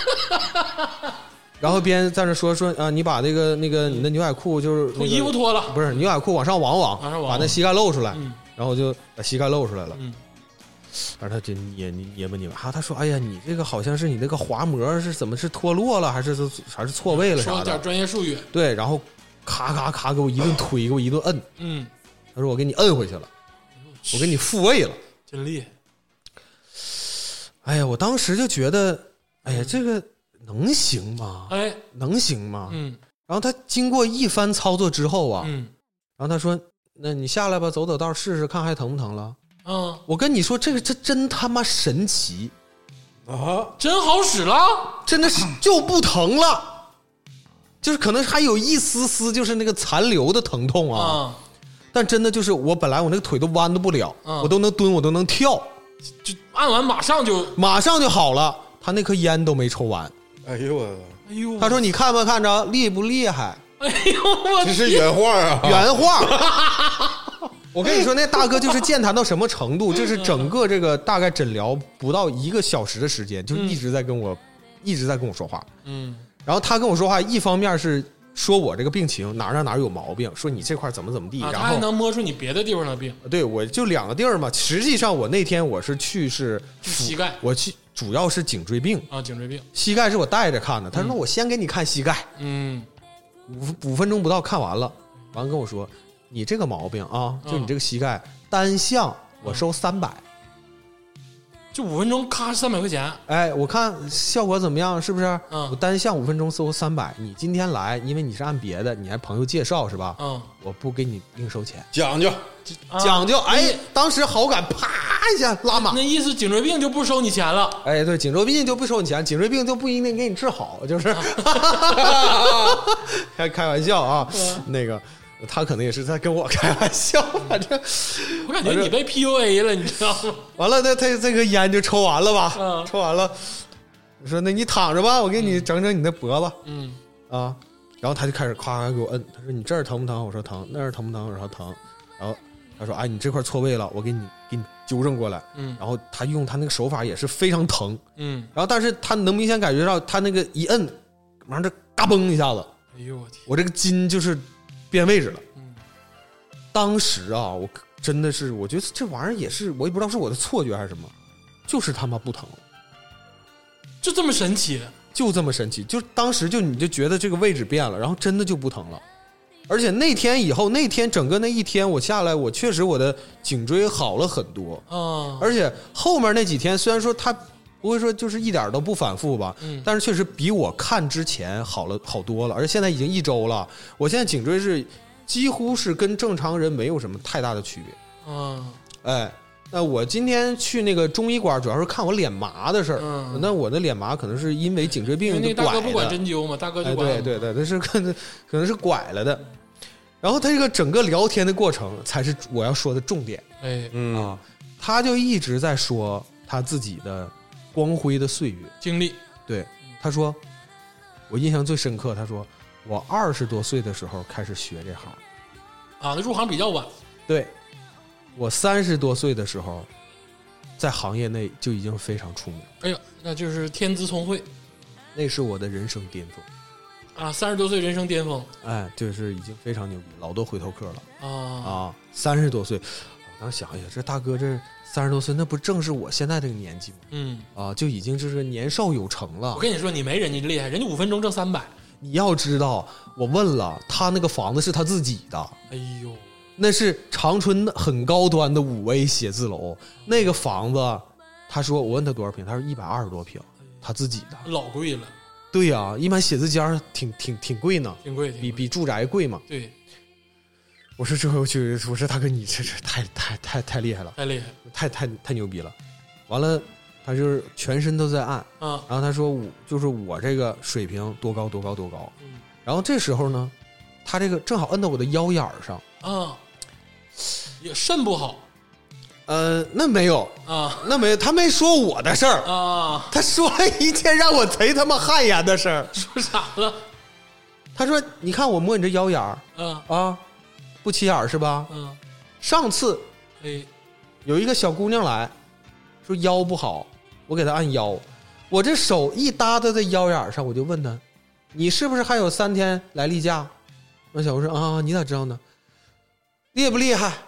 边在那说啊，你把那个你的牛仔裤就是从衣服脱了， 不是牛仔裤往上往，把那膝盖露出来，然后就把膝盖露出来了。但是他就捏吧啊！他说：“哎呀，你这个好像是你那个滑膜是怎么是脱落了，还是错位了啥的？” 说点专业术语。 对，然后咔咔咔给我一顿推，给我一顿摁。他说：“我给你摁回去了，我给你复位了， 真厉害。” 哎呀，我当时就觉得，哎呀，这个能行吗？ 哎， 能行吗？然后他经过一番操作之后啊，然后他说：“那你下来吧，走道试试看还疼不疼了。”我跟你说，这真他妈神奇啊！ 真好使了， 真的是就不疼了，就是可能还有一丝丝就是那个残留的疼痛啊，但真的就是我本来我那个腿都弯不了，我都能蹲，我都能跳， 就按完马上就好了。他那颗烟都没抽完， 哎呦我， 哎呦， 他说你看没看着厉不厉害？ 哎呦我， 这是原话啊， 原话。我跟你说，那大哥就是健谈到什么程度，就是整个这个大概诊疗不到1个小时的时间，就一直在跟我说话。然后他跟我说话，一方面是说我这个病情哪有毛病，说你这块怎么地，然后他还能摸出你别的地方的病。 对，我就2个地儿嘛。实际上我那天我是去膝盖， 我去主要是颈椎病啊，颈椎病， 膝盖是我带着看的。他说我先给你看膝盖，5分钟不到看完了，完跟我说。你这个毛病啊，就你这个膝盖单项我收300， 就5分钟咔300块钱。 哎，我看效果怎么样，是不是？我单项5分钟收300，你今天来，因为你是按别的，你还朋友介绍是吧？我不给你另收钱， 讲究。 哎，当时好感啪一下拉满。 那意思颈椎病就不收你钱了？ 哎，对，颈椎病就不收你钱，颈椎病就不一定给你治好，就是开玩笑啊，那个。他可能也是在跟我开玩笑，反正我感觉你被 PUA 了，你知道吗？ 完了，他这个烟就抽完了吧？抽完了，我说那你躺着吧，我给你整你的脖子。然后他就开始夸给我摁，他说你这儿疼不疼？我说疼。那儿疼不疼？我说疼。然后他说哎，你这块错位了，我给你纠正过来。然后他用他那个手法也是非常疼。然后但是他能明显感觉到他那个一摁，马上这嘎嘣一下子， 哎呦我天！ 我这个筋就是变位置了。当时啊，我真的是，我觉得这玩意儿也是，我也不知道是我的错觉还是什么，就是他妈不疼了， 就这么神奇， 就这么神奇，就当时就你就觉得这个位置变了，然后真的就不疼了。而且那天以后，那天整个那一天我下来，我确实我的颈椎好了很多而且后面那几天虽然说它不会说就是一点都不反复吧，但是确实比我看之前好多了，而且现在已经1周了，我现在颈椎是几乎是跟正常人没有什么太大的区别哎，那我今天去那个中医馆，主要是看我脸麻的事儿。那我的脸麻可能是因为颈椎病因为那大哥不管针灸嘛，大哥就管。 对，他是可能是拐了的。然后他这个整个聊天的过程才是我要说的重点。他就一直在说他自己的光辉的岁月经历。 对，他说我印象最深刻，他说我20多岁的时候开始学这行啊，那入行比较晚。 对，我30多岁的时候在行业内就已经非常出名。 哎呦，那就是天资聪慧， 那是我的人生巅峰啊！30多岁人生巅峰， 哎，就是已经非常牛逼，老多回头客了30多岁，我当时想，哎呀，这大哥这30多岁，那不正是我现在这个年纪吗？就已经就是年少有成了。 我跟你说，你没人家厉害，人家5分钟挣300。 你要知道，我问了他那个房子是他自己的， 哎呦， 那是长春很高端的5A写字楼，那个房子，他说我问他多少平，他说120多平， 他自己的， 老贵了。 对呀，一般写字间挺贵呢， 挺贵， 比住宅贵嘛。 对， 我说这回我说大哥你这太厉害了， 太厉害， 太牛逼了。完了，他就是全身都在按啊， 然后他说我这个水平多高，然后这时候呢，他这个正好摁到我的腰眼上啊，也肾不好。 那没有啊， 那没有，他没说我的事儿啊， 他说了一件让我贼他妈汗颜的事儿。 说啥了？ 他说：“你看我摸你这腰眼儿，不起眼儿是吧？上次有一个小姑娘来说腰不好，我给她按腰，我这手一搭在腰眼上，我就问她，你是不是还有3天来例假？那小姑说啊，你咋知道呢？厉不厉害？”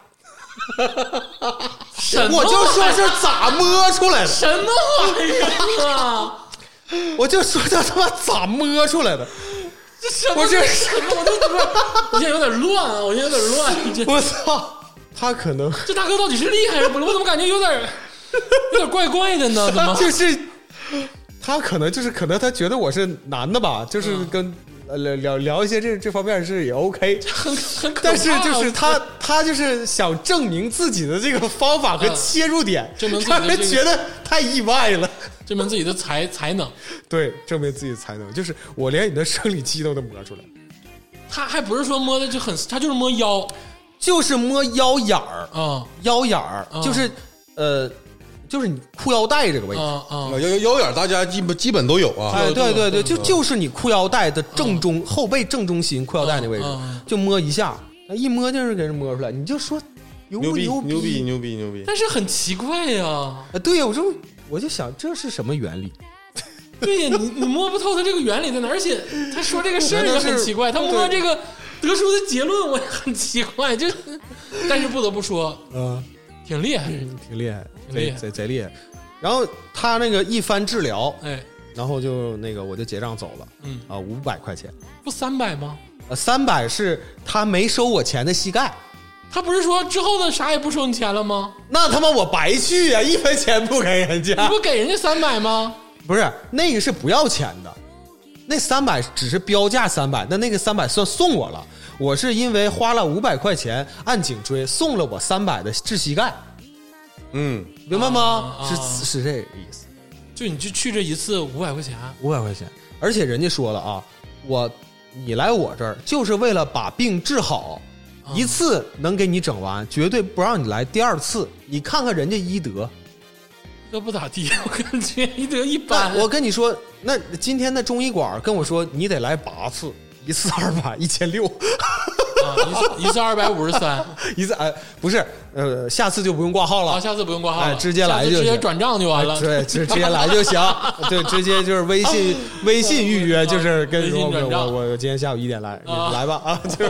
我就说是咋摸出来的？ 什么玩意儿啊！ 我就说他妈咋摸出来的？ 这什么？我这什么？我现在有点乱啊！我现在有点乱。 我操！他可能这大哥到底是厉害还是不？我怎么感觉有点怪怪的呢？怎么？ 就是他可能他觉得我是男的吧？就是跟。聊一些这方面是也 OK， 很可怕， 但是就是他就是想证明自己的这个方法和切入点，让人觉得太意外了， 证明自己的才能， 对，证明自己的才能，就是我连你的生理期都能摸出来。 他还不是说摸的就很，他就是摸腰， 就是摸腰眼儿腰眼儿就是就是你裤腰带这个位置腰眼大家基本都有啊。 哎，对，就是你裤腰带的正中后背正中心裤腰带那位置，就摸一下，一摸就是给人摸出来，你就说牛逼， 但是很奇怪呀。 对呀，我就想这是什么原理？ 对呀，你摸不透它这个原理在哪，而且他说这个事儿也很奇怪，他摸这个得出的结论我也很奇怪，就但是不得不说，挺厉害， 挺厉害，贼厉害。然后他那个一番治疗，然后就那个我就结账走了，500块钱， 不300吗 ？300是他没收我钱的膝盖， 他不是说之后的啥也不收你钱了吗？ 那他妈我白去呀，1分钱不给人家， 你不给人家300吗？ 不是，那个是不要钱的，那300只是标价300，那个300算送我了。我是因为花了500块钱按颈椎送了我300的治膝盖，明白吗？是这个意思。 就你就去这一次500块钱 ，500块钱，而且人家说了啊，你来我这儿就是为了把病治好，一次能给你整完，绝对不让你来第2次。你看看人家医德， 这不咋地，我感觉医德一般。 我跟你说，那今天的中医馆跟我说你得来8次。一次200，1600， 一次253， 一次不是下次就不用挂号了， 下次不用挂号了， 直接来就直接转账就完了， 对，直接来就行，对，直接就是微信预约，就是跟你说我今天下午1点来，你来吧啊，就是，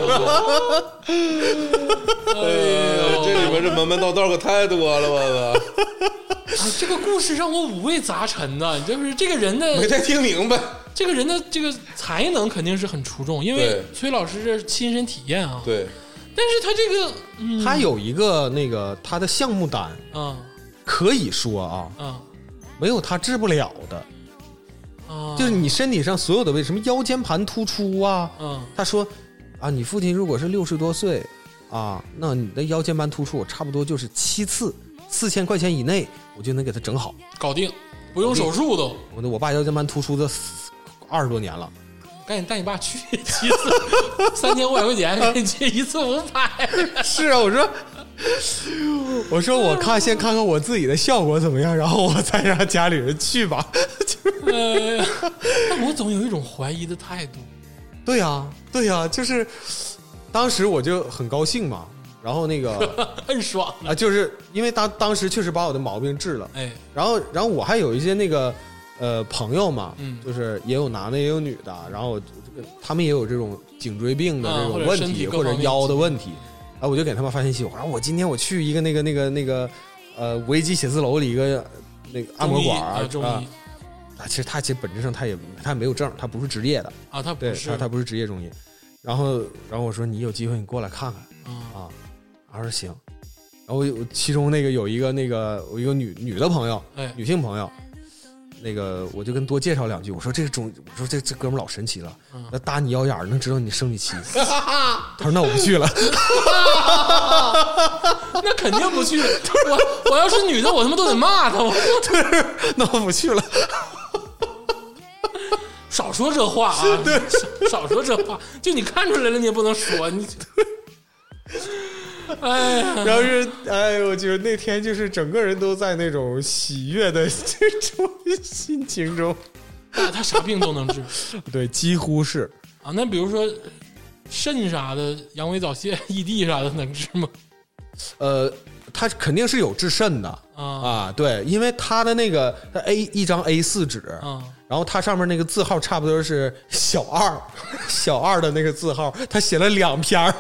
这里面这门道可太多了，我操！这个故事让我五味杂陈的，就是这个人的没太听明白。 这个人的这个才能肯定是很出众，因为崔老师这是亲身体验啊。 对， 但是他这个， 他有一个那个他的项目单可以说没有他治不了的就是你身体上所有的位置，什么腰间盘突出他说你父亲如果是60多岁那你的腰间盘突出我差不多就是7次，4000块钱以内我就能给他整好， 搞定，不用手术都。 我爸腰间盘突出的20多年了， 赶紧带你爸去7次，3500块钱，赶紧去1次500。 是啊，我说我先看看我自己的效果怎么样，然后我再让家里人去吧。 但我总有一种怀疑的态度。 对呀，就是当时我就很高兴嘛，然后那个很爽就是因为当时确实把我的毛病治了，然后我还有一些那个朋友嘛，就是也有男的也有女的，然后他们也有这种颈椎病的这种问题或者腰的问题，然后我就给他们发信息，我说我今天我去一个那个维基写字楼里一个那个按摩馆其实他本质上他也没有证，他不是职业的他不是， 他不是职业中医。然后我说你有机会你过来看看他说行。然后其中那个有一个我一个女的朋友，女性朋友， 那个我就跟多介绍2句，我说这哥们儿老神奇了，那搭你腰眼能知道你生理期。他说那我不去了。 那肯定不去。我要是女的，我他妈都得骂他。 对，那我不去了。 少说这话啊！对，少说这话。就你看出来了，你也不能说你。哎呀， 然后是我觉得那天就是整个人都在那种喜悦的这种心情中。 他啥病都能治。 对，几乎是啊。那比如说肾啥的、阳痿早泄、异地啥的能治吗？ 他肯定是有治肾的啊，对，因为他的那个一张 A4 纸啊。然后它上面那个字号差不多是小2的那个字号，他写了2篇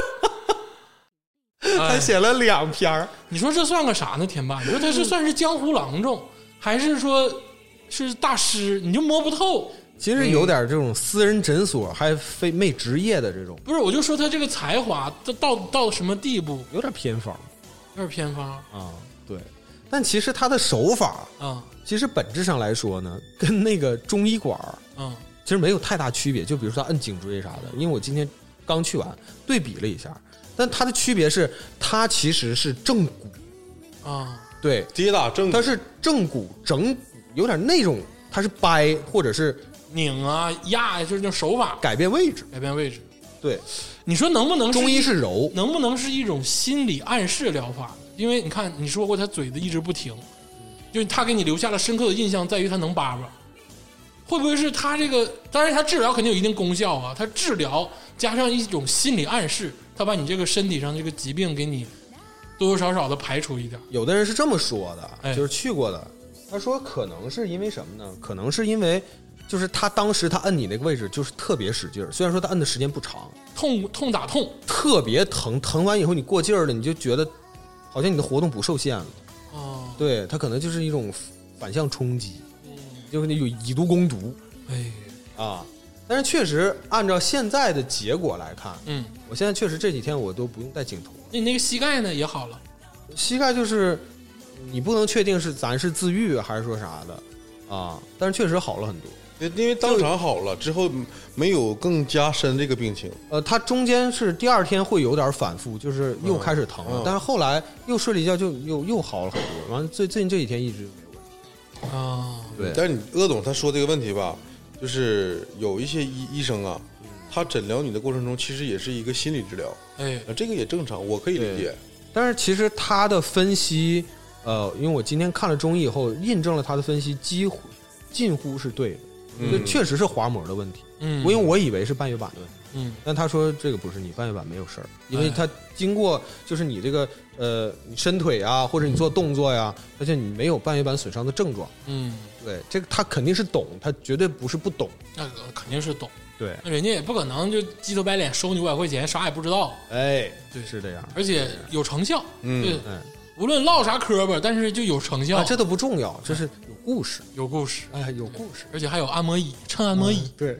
他写了2篇。 你说这算个啥呢？田爸，你说他是算是江湖郎中，还是说是大师？你就摸不透。 其实有点这种私人诊所还非没职业的这种。 不是，我就说他这个才华到什么地步？ 有点偏方， 有点偏方啊，对。但其实他的手法啊。 其实本质上来说呢，跟那个中医馆其实没有太大区别。就比如说他摁颈椎啥的，因为我今天刚去完对比了一下，但它的区别是，它其实是正骨啊， 对， 跌打正骨， 它是正骨整骨，有点那种，它是掰或者是拧啊压，就是那种手法改变位置，对， 你说能不能中医是揉， 能不能是一种心理暗示疗法？因为你看你说过他嘴子一直不停。就是他给你留下了深刻的印象，在于他能叭叭，会不会是他这个？当然，他治疗肯定有一定功效啊。他治疗加上一种心理暗示，他把你这个身体上这个疾病给你多多少少的排除一点。 有的人是这么说的，就是去过的，他说可能是因为什么呢？可能是因为就是他当时他摁你那个位置就是特别使劲，虽然说他摁的时间不长， 痛打痛， 特别疼，疼完以后你过劲儿了，你就觉得好像你的活动不受限了。对，它可能就是一种反向冲击，就是那有以毒攻毒，但是确实按照现在的结果来看，我现在确实这几天我都不用戴颈头。 你那个膝盖呢也好了？ 膝盖就是你不能确定是咱是自愈还是说啥的啊，但是确实好了很多。 因为当场好了之后没有更加深这个病情。 它中间是第2天会有点反复，就是又开始疼了，但是后来又睡了一觉就又好了很多。完了最近这几天一直没有问题啊。 对， 但是你鄂总他说这个问题吧，就是有一些医生啊，他诊疗你的过程中其实也是一个心理治疗，这个也正常，我可以理解。 但是其实他的分析，因为我今天看了中医以后，印证了他的分析近乎是对的。这确实是滑膜的问题，因为我以为是半月板的问题，但他说这个不是，你半月板没有事儿，因为他经过就是你这个你伸腿啊，或者你做动作呀，而且你没有半月板损伤的症状，对，这个他肯定是懂，他绝对不是不懂， 那个肯定是懂， 对， 那人家也不可能就鸡头白脸收你500块钱，啥也不知道， 对，是这样， 而且有成效，对。无论唠啥磕巴，但是就有成效， 这都不重要，这是有故事， 有故事， 有故事， 而且还有按摩椅，蹭按摩椅， 对。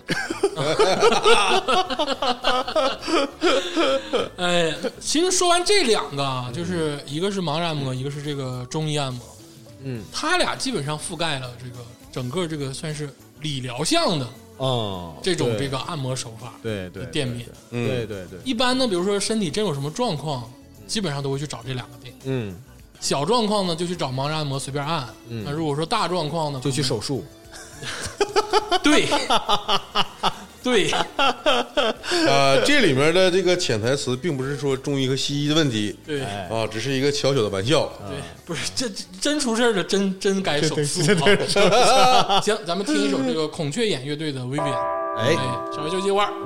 其实说完这2个，就是一个是盲人按摩，一个是这个中医按摩，他俩基本上覆盖了这个整个这个算是理疗项的这种这个按摩手法， 对店面， 对。 一般呢，比如说身体真有什么状况，基本上都会去找这2个店，小状况呢就去找盲人按摩随便按，那如果说大状况呢， 就去手术。 对， 这里面的这个潜台词并不是说中医和西医的问题， 对只是一个小小的玩笑， 对，不是这真出事了，真该手术。行，咱们听一首这个孔雀眼乐队的《Vivian》，稍微休息一会儿，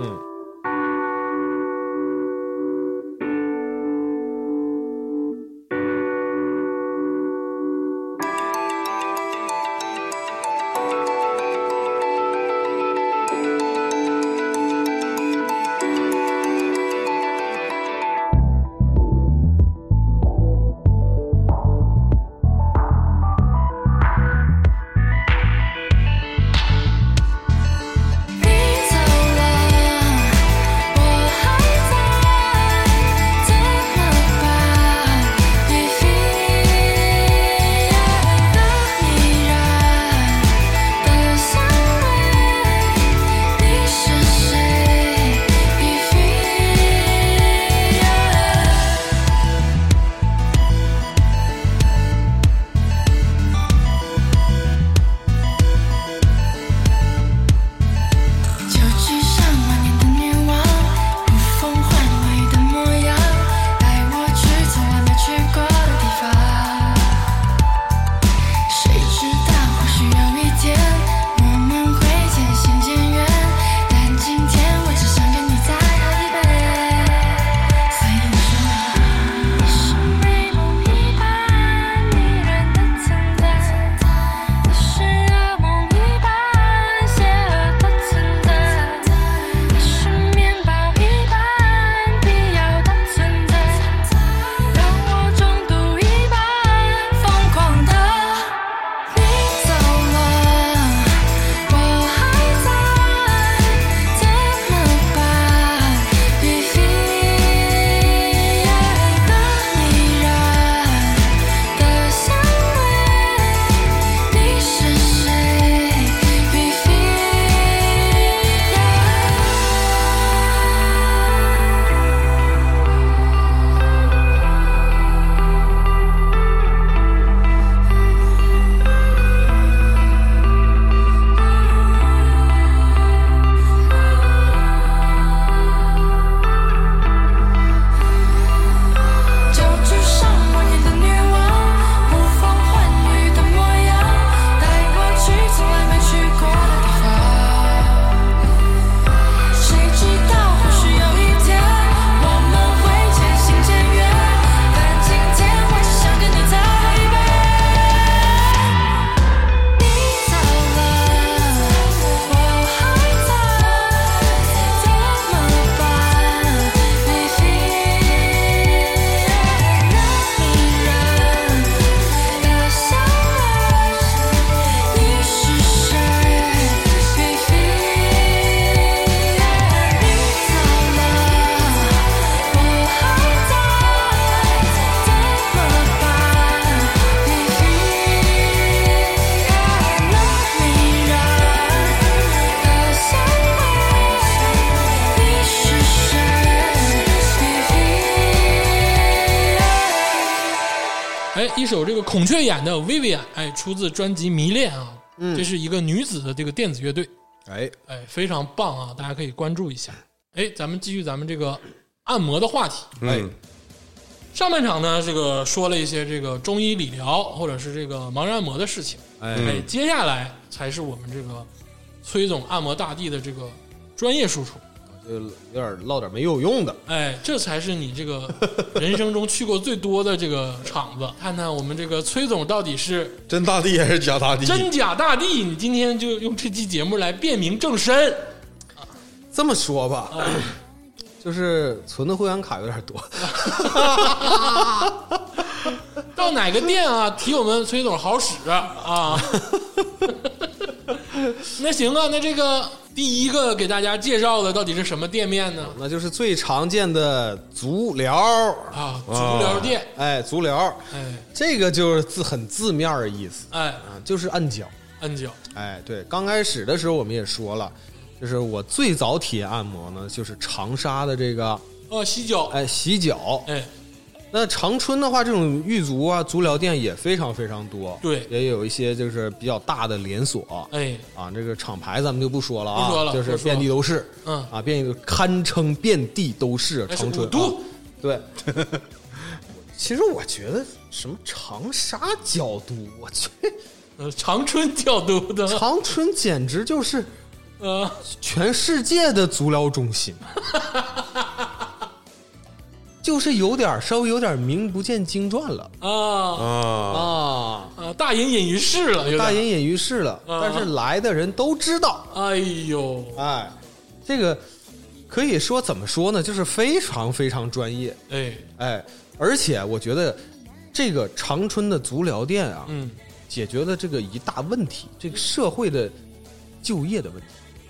一首这个孔雀眼的 Vivian， 出自专辑《迷恋》啊，这是一个女子的这个电子乐队，非常棒啊，大家可以关注一下。咱们继续咱们这个按摩的话题。上半场呢，这个说了一些这个中医理疗或者是这个盲人按摩的事情，接下来才是我们这个崔总按摩大帝的这个专业输出， 就有点唠点没有用的， 这才是你这个人生中去过最多的这个场子，看看我们这个崔总到底是真大帝还是假大帝？ 真假大帝，你今天就用这期节目来辨明正身。 这么说吧。就是存的会员卡有点多， 到哪个店啊？提我们崔总好使啊！那行啊，那这个第一个给大家介绍的到底是什么店面呢？ 那就是最常见的足疗啊，足疗店。 足疗，这个就是很字面的意思，就是按脚， 按脚。 对，刚开始的时候我们也说了。就是我最早体验按摩呢，就是长沙的这个洗脚， 洗脚，那长春的话，这种浴足啊、足疗店也非常非常多， 对， 也有一些就是比较大的连锁，这个厂牌咱们就不说了啊， 不说了， 就是遍地都是，遍地堪称遍地都是长春，对。其实我觉得什么长沙角都，我觉得长春角都的， 长春简直就是。全世界的足疗中心，就是稍微有点名不见经传了大隐隐于市了， 大隐隐于市了。但是来的人都知道，这个可以说怎么说呢？就是非常非常专业，而且我觉得这个长春的足疗店啊，解决了这个一大问题，这个社会的就业的问题。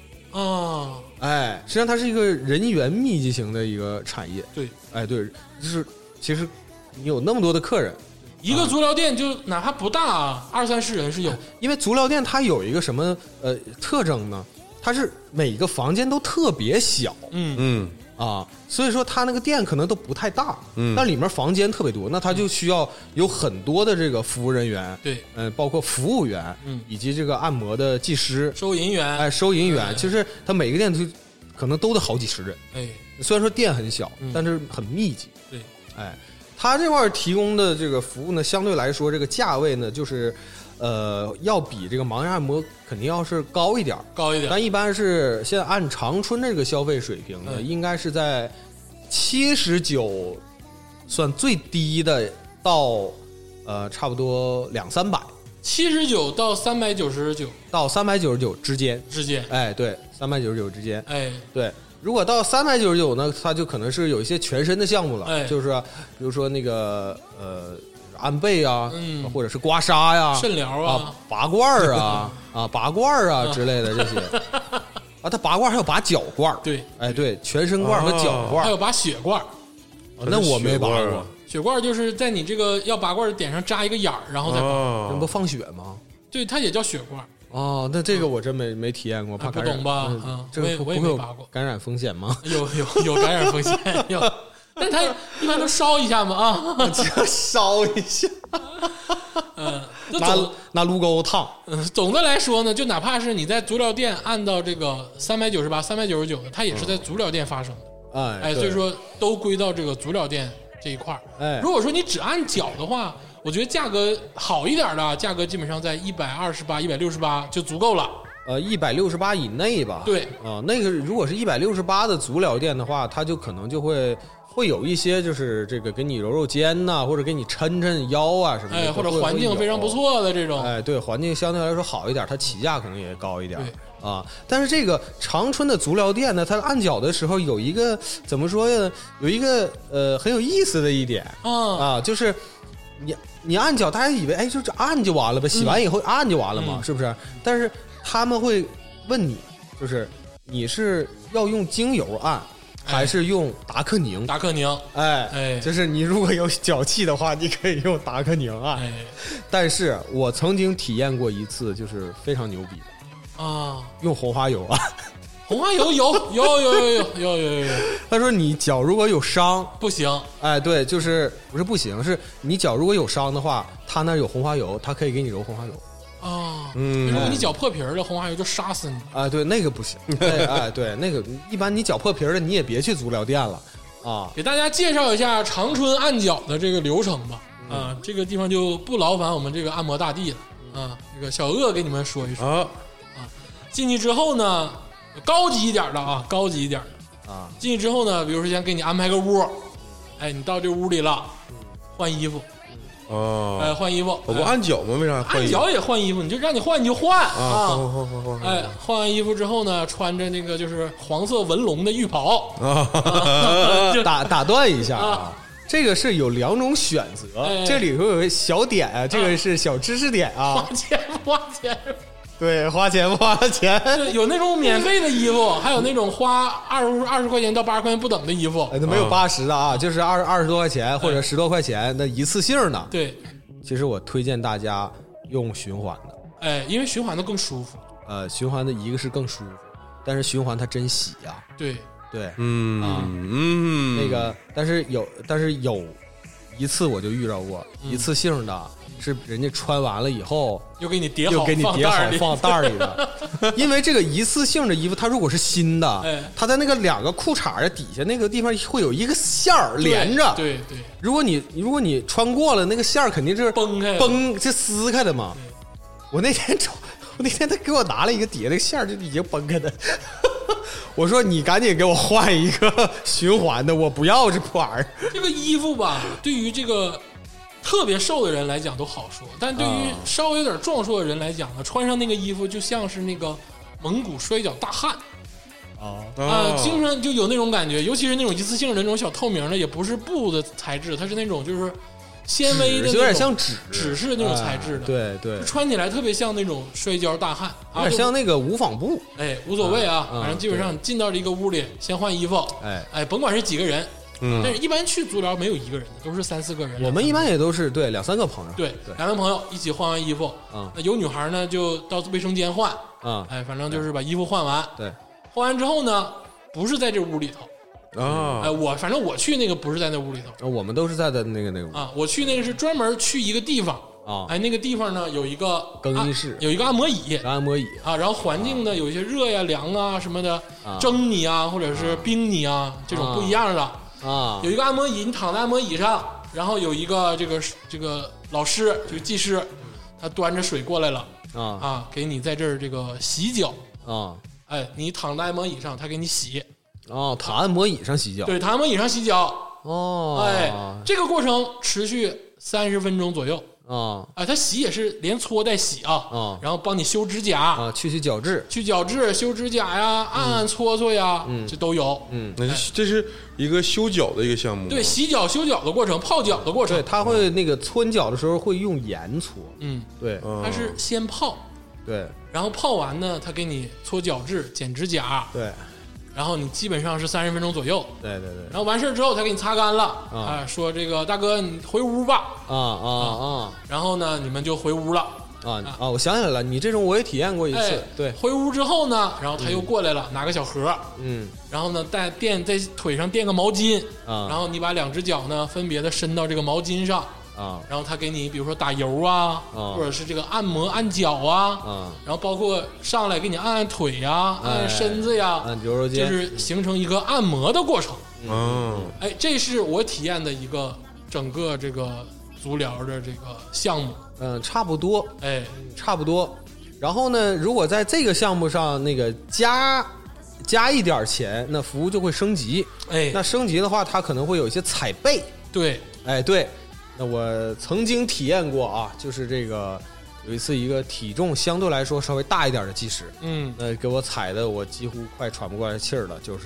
实际上它是一个人员密集型的一个产业。 对， 对，就是其实你有那么多的客人， 一个足疗店就哪怕不大，20-30人是有。 因为足疗店它有一个什么特征呢？它是每个房间都特别小，所以说它那个店可能都不太大，但里面房间特别多，那它就需要有很多的这个服务人员， 对， 包括服务员，以及这个按摩的技师、 收银员， 收银员，其实它每个店都可能都得好几十人，虽然说店很小，但是很密集， 对， 它这块提供的这个服务呢，相对来说这个价位呢，就是要比这个盲人按摩肯定要是高一点，但一般是现在按长春这个消费水平呢，应该是在79算最低的，到差不多200-300 ，79到399， 到399之间，对，399之间，对。如果到399呢，它就可能是有一些全身的项目了，就是比如说那个按背啊，或者是刮痧呀、 肾疗啊、 拔罐啊、拔罐啊之类的这些。它拔罐还有拔脚罐， 对， 对，全身罐和脚罐， 还有拔血罐。 那我没拔过。 血罐就是在你这个要拔罐的点上扎一个眼儿，然后再拔。 那不放血吗？ 对，它也叫血罐。 那这个我真没体验过，怕感染。 不懂吧？ 这个我也没拔过。 感染风险吗？ 有感染风险，有。但他一般都烧一下嘛就烧一下，拿炉沟烫。 总的来说呢，就哪怕是你在足疗店按到这个398、399的，它也是在足疗店发生的。所以说都归到这个足疗店这一块儿。如果说你只按脚的话，我觉得价格好一点的价格基本上在128、168就足够了。 168以内吧。 对那个如果是168的足疗店的话，它就可能就会有一些就是这个给你揉肩呐，或者给你抻腰啊什么的， 或者环境非常不错的这种。 对，环境相对来说好一点，它起价可能也高一点。但是这个长春的足疗店呢，它按脚的时候有一个怎么说呀？有一个很有意思的一点就是你按脚，大家以为就是按就完了呗，洗完以后按就完了嘛，是不是？但是他们会问你，就是你是要用精油按，还是用达克宁？ 达克宁， 就是你如果有脚气的话，你可以用达克宁按。但是我曾经体验过一次，就是非常牛逼的用红花油按。 红花油有。 他说你脚如果有伤不行， 哎，对，就是不是不行，是你脚如果有伤的话，他那有红花油，他可以给你揉红花油。 如果你脚破皮了，红花油就杀死你。 啊，对，那个不行。对，那个一般你脚破皮了，你也别去足疗店了啊。 给大家介绍一下长春按脚的这个流程吧。这个地方就不劳烦我们这个按摩大帝了啊。这个小鄂给你们说一说进去之后呢，高级一点的啊，进去之后呢，比如说先给你安排个屋，哎，你到这屋里了，换衣服。换衣服， 我不按脚吗？为啥换衣服？ 按脚也换衣服，你就让你换你就换换。 哎，换完衣服之后呢，穿着那个就是黄色纹龙的浴袍打断一下啊，这个是有2种选择，这里头有个小点啊，这个是小知识点啊， 花钱不花钱？ 对，花钱不花钱？ 有那种免费的衣服，还有那种花20块钱到80块钱不等的衣服。 那没有80的啊，就是20多块钱或者10多块钱的一次性的。 对， 其实我推荐大家用循环的， 哎，因为循环的更舒服。 循环的一个是更舒服，但是循环它真洗呀。 对， 那个，但是有一次我就遇到过一次性的。是人家穿完了以后又给你叠好放袋里的，因为这个一次性的衣服，它如果是新的，它在那个2个裤衩的底下那个地方会有一个线儿连着。 对， 如果你穿过了，那个线儿肯定是就撕开的嘛。我那天他给我拿了一个底下那个线儿就已经崩开的，我说你赶紧给我换一个循环的，我不要这玩意儿。 这个衣服吧，对于这个特别瘦的人来讲都好说，但对于稍微有点壮硕的人来讲呢，穿上那个衣服就像是那个蒙古摔跤大汉经常就有那种感觉，尤其是那种一次性的那种小透明的，也不是布的材质，它是那种就是纤维的那种， 有点像纸是那种材质的， 对， 穿起来特别像那种摔跤大汉， 有点像那个无纺布。 哎，无所谓啊，反正基本上进到这个屋里先换衣服，哎，甭管是几个人。但是一般去足疗没有1个人的，都是3-4个人。 我们一般也都是对2-3个朋友， 对2个朋友一起换完衣服。那有女孩呢，就到卫生间换。哎，反正就是把衣服换完。 对， 换完之后呢，不是在这屋里头哎，反正我去那个不是在那屋里头。 我们都是在的那个屋我去那个是专门去一个地方哎，那个地方呢有一个更衣室， 有一个按摩椅， 然后环境呢有一些热呀、凉啊什么的，蒸你啊，或者是冰你啊，这种不一样的。有一个按摩椅，你躺在按摩椅上，然后有一个这个老师，这个技师，他端着水过来了给你在这儿这个洗脚哎，你躺在按摩椅上，他给你洗躺按摩椅上洗脚， 对，躺按摩椅上洗脚哎，这个过程持续30分钟左右他洗也是连搓带洗然后帮你修指甲去角质， 修指甲呀，按搓搓呀，这都有。 那这是一个修脚的一个项目。 对，洗脚、修脚的过程，泡脚的过程。 对，他会那个搓你脚的时候会用盐搓。对， 他是先泡， 对， 然后泡完呢，他给你搓脚趾、剪指甲， 对。 然后你基本上是30分钟左右， 对， 然后完事之后他给你擦干了说这个大哥你回屋吧然后呢你们就回屋了我想起来了，你这种我也体验过一次，对， 回屋之后呢，然后他又过来了，拿个小盒然后呢在腿上垫个毛巾然后你把2只脚呢分别的伸到这个毛巾上然后他给你比如说打油或者是这个按摩按脚然后包括上来给你按腿呀按身子呀按牛肉间， 就是形成一个按摩的过程哎，这是我体验的一个整个这个足疗的这个项目差不多哎， 差不多。然后呢，如果在这个项目上那个加一点钱，那服务就会升级哎， 那升级的话它可能会有一些踩背， 对， 哎对。那我曾经体验过就是这个有一次一个体重相对来说稍微大一点的技师给我踩的我几乎快喘不过来气儿了，就是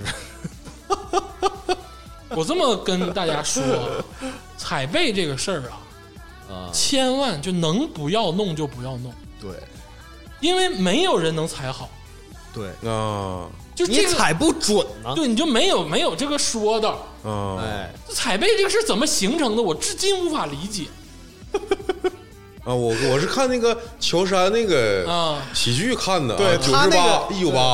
我这么跟大家说踩背这个事儿千万就能不要弄就不要弄， 对， 因为没有人能踩好， 对就你踩不准呢， 对，你就没有这个说道哎， 踩背这个事怎么形成的，我至今无法理解我是看那个乔杉那个喜剧看的， 对， 198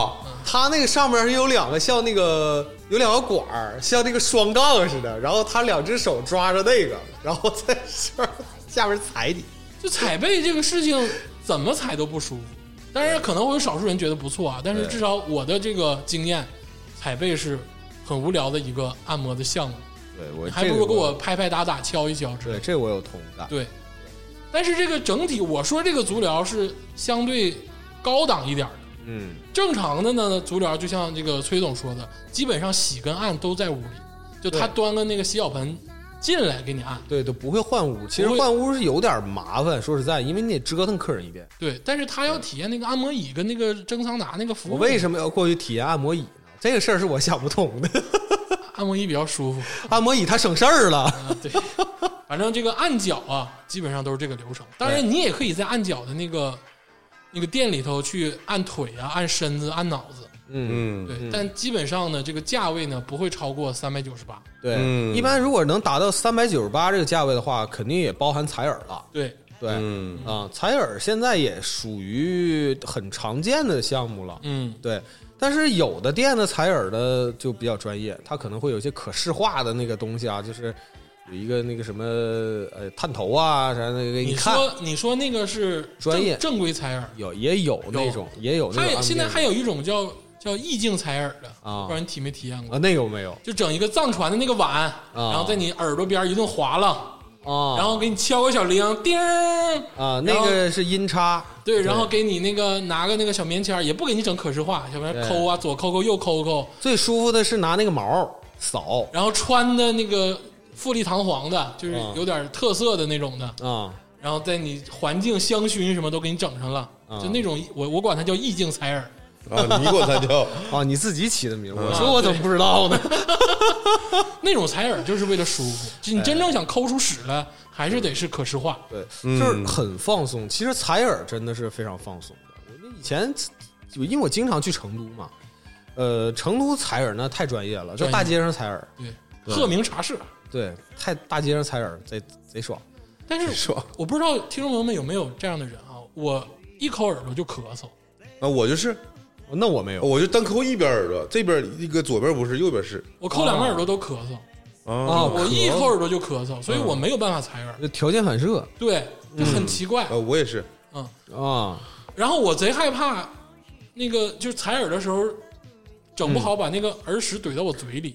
它那个上面是有两个像那个有两个管儿，像那个双杠似的，然后他2只手抓着那个，然后在下面踩你。 就踩背这个事情怎么踩都不舒服，当然可能会有少数人觉得不错啊，但是至少我的这个经验，踩背是很无聊的一个按摩的项目。 对，我还不如给我拍拍打打敲一敲之类的。 对，这我有同感。 对，但是这个整体我说这个足疗是相对高档一点的。正常的呢足疗就像这个崔总说的，基本上洗跟按都在屋里，就他端个那个洗脚盆进来给你按。 对，都不会换屋。其实换屋是有点麻烦，说实在，因为你得折腾客人一遍。 对，但是他要体验那个按摩椅跟那个蒸桑拿那个服务。 我为什么要过去体验按摩椅呢？这个事儿是我想不通的。 按摩椅比较舒服， 按摩椅它省事儿了。 对，反正这个按脚啊，基本上都是这个流程。当然，你也可以在按脚的那个店里头去按腿啊、按身子、按脑子。对，但基本上呢，这个价位呢不会超过398。 对，一般如果能达到398这个价位的话，肯定也包含采耳了。 对， 采耳现在也属于很常见的项目了。对。但是有的店的采耳的就比较专业，它可能会有一些可视化的那个东西啊，就是有一个那个什么探头啊啥那个给你看。 你说那个是专业正规采耳， 也有那种，也有那种。 现在还有一种叫意境采耳的啊，不知道你体没体验过啊？那个没有， 就整一个藏传的那个碗，然后在你耳朵边一顿划拉。然后给你敲个小铃，叮啊，那个是音叉， 对，然后给你那个拿个那个小棉签，也不给你整可视化，小棉抠啊，左抠抠右抠抠。 最舒服的是拿那个毛扫， 然后穿的那个富丽堂皇的，就是有点特色的那种的啊。然后在你环境香薰什么都给你整上了，就那种我管它叫意境采耳。 啊，你管它叫啊，你自己起的名字，我说我怎么不知道呢？ 那种采耳就是为了舒服，就你真正想抠出屎来，还是得是可视化。 对，就是很放松。其实采耳真的是非常放松的。我以前因为我经常去成都嘛，成都采耳那太专业了，就大街上采耳， 对，鹤鸣茶社， 对，大街上采耳贼爽。 但是我不知道听众朋友们有没有这样的人啊，我一抠耳朵就咳嗽啊，我就是。 那我没有， 我就单抠一边耳朵，这边一个左边不是，右边是。 我抠两个耳朵都咳嗽我一抠耳朵就咳嗽，所以我没有办法采耳。 条件反射， 对，就很奇怪。 我也是。 然后我贼害怕，那个就是采耳的时候，整不好把那个耳屎怼到我嘴里。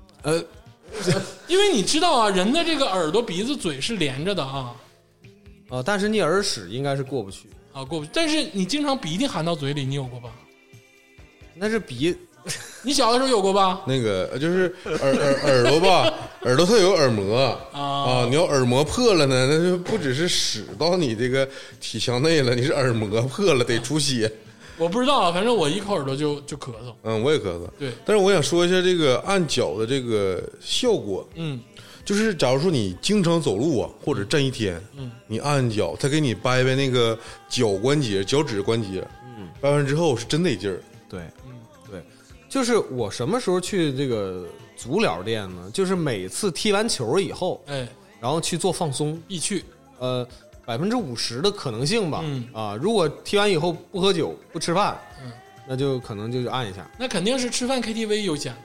因为你知道啊，人的这个耳朵、鼻子、嘴是连着的啊。 但是你耳屎应该是过不去啊，过不去。但是你经常鼻涕含到嘴里，你有过吧？ 那是鼻， 你小的时候有过吧？ 那个就是耳朵吧，耳朵它有耳膜啊，你要耳膜破了呢，那就不只是屎到你这个体腔内了，你是耳膜破了得出血。 我不知道，反正我一抠耳朵就咳嗽。 我也咳嗽。 对， 但是我想说一下这个按脚的这个效果。就是假如说你经常走路啊，或者站一天，你按脚，他给你掰掰那个脚关节、脚趾关节，掰完之后是真得劲儿。 对，对，就是我什么时候去这个足疗店呢？就是每次踢完球以后，然后去做放松， 必去。 50%的可能性吧。如果踢完以后不喝酒、不吃饭，那就可能就按一下。 那肯定是吃饭 KTV 优先。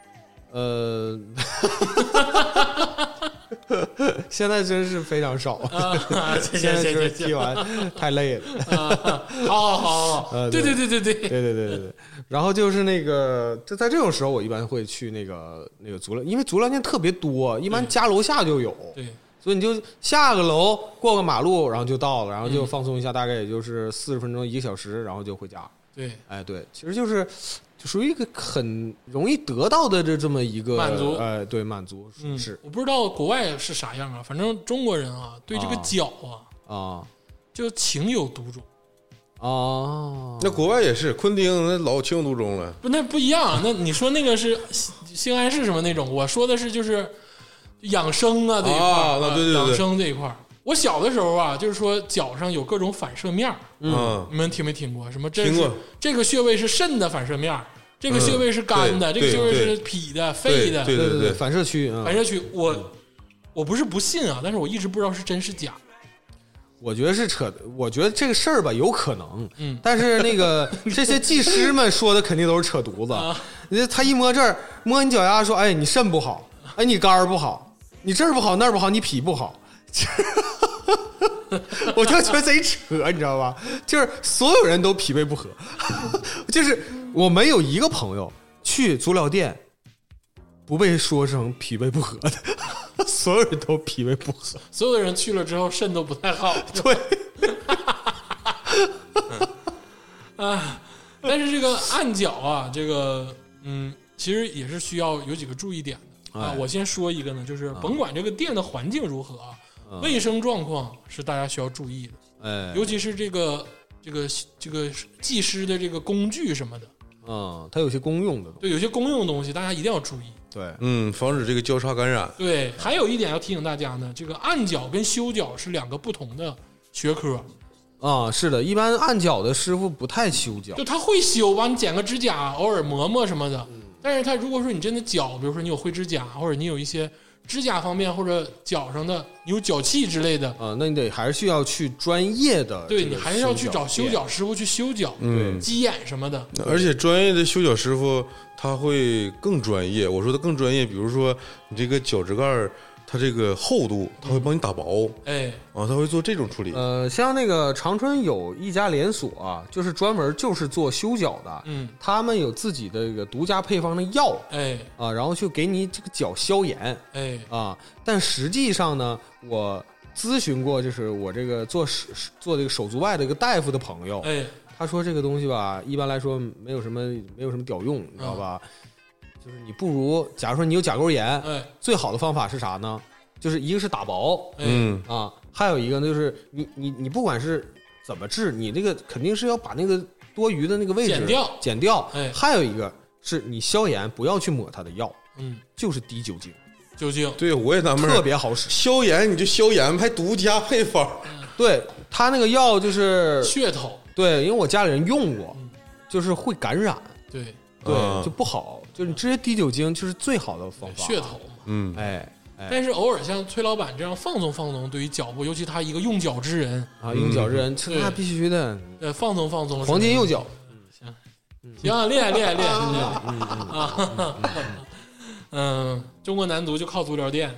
现在真是非常少。现在就是踢完太累了。 好，对。 然后就是那个，就在这种时候，我一般会去那个足疗，因为足疗店特别多，一般家楼下就有。 对， 所以你就下个楼，过个马路，然后就到了，然后就放松一下，大概也就是40分钟、1个小时，然后就回家。 对， 对，其实就属于一个很容易得到的这么一个满足， 对，满足是。 我不知道国外是啥样啊，反正中国人啊，对这个脚就情有独钟。 那国外也是，昆汀那老情有独钟了。 不，那不一样。那你说那个是性暗示什么那种？我说的是就是养生啊这一块对， 养生这一块。我小的时候啊，就是说脚上有各种反射面你们听没听过？什么这个穴位是肾的反射面，这个穴位是肝的，这个穴位是脾的、肺的， 对，反射区。 我不是不信啊，但是我一直不知道是真是假。 我觉得是扯，我觉得这个事儿吧有可能，但是那个这些技师们说的肯定都是扯犊子。他一摸这儿，摸你脚丫说，哎，你肾不好，哎，你肝儿不好，你这儿不好那儿不好，你脾不好。我就觉得贼扯，你知道吧？就是所有人都脾胃不和，就是我没有一个朋友去足疗店不被说成脾胃不和的，所有人都脾胃不和， 所有的人去了之后肾都不太好。 对， 啊，但是这个按脚啊，这个其实也是需要有几个注意点的啊。我先说一个呢，就是甭管这个店的环境如何啊。卫生状况是大家需要注意的，尤其是这个技师的这个工具什么的， 它有些公用的， 对，有些公用的东西大家一定要注意， 对， 防止这个交叉感染。 对，还有一点要提醒大家呢，这个按脚跟修脚是两个不同的学科啊，是的，一般按脚的师傅不太修脚， 就他会修，帮你剪个指甲，偶尔磨磨什么的，但是他如果说你真的脚，比如说你有灰指甲，或者你有一些指甲方面或者脚上的你有脚气之类的啊，那你得还是需要去专业的， 对，你还是要去找修脚师傅去修脚，鸡眼什么的。 而且专业的修脚师傅他会更专业。我说的更专业，比如说你这个脚趾盖它这个厚度，他会帮你打薄，他会做这种处理。 像那个长春有一家连锁啊，就是专门就是做修脚的，他们有自己的这个独家配方的药，然后去给你这个脚消炎，但实际上呢，我咨询过，就是我这个做这个手足外的一个大夫的朋友，他说这个东西吧，一般来说没有什么屌用，你知道吧？就是你不如，假如说你有甲沟炎，最好的方法是啥呢？就是一个是打薄，还有一个呢就是你不管是怎么治，你那个肯定是要把那个多余的那个位置剪掉。还有一个是你消炎不要去抹它的药，就是滴酒精。 对，我也纳闷， 特别好使。 消炎你就消炎，还独家配方。 对，他那个药就是噱头。 对，因为我家里人用过，就是会感染。 对。 对，就不好，就是你直接滴酒精就是最好的方法， 噱头嘛。但是偶尔像崔老板这样放松放松，对于脚部，尤其他一个用脚之人啊，用脚之人，那必须的， 放松放松， 黄金右脚， 行，厉害啊！中国男足就靠足疗店。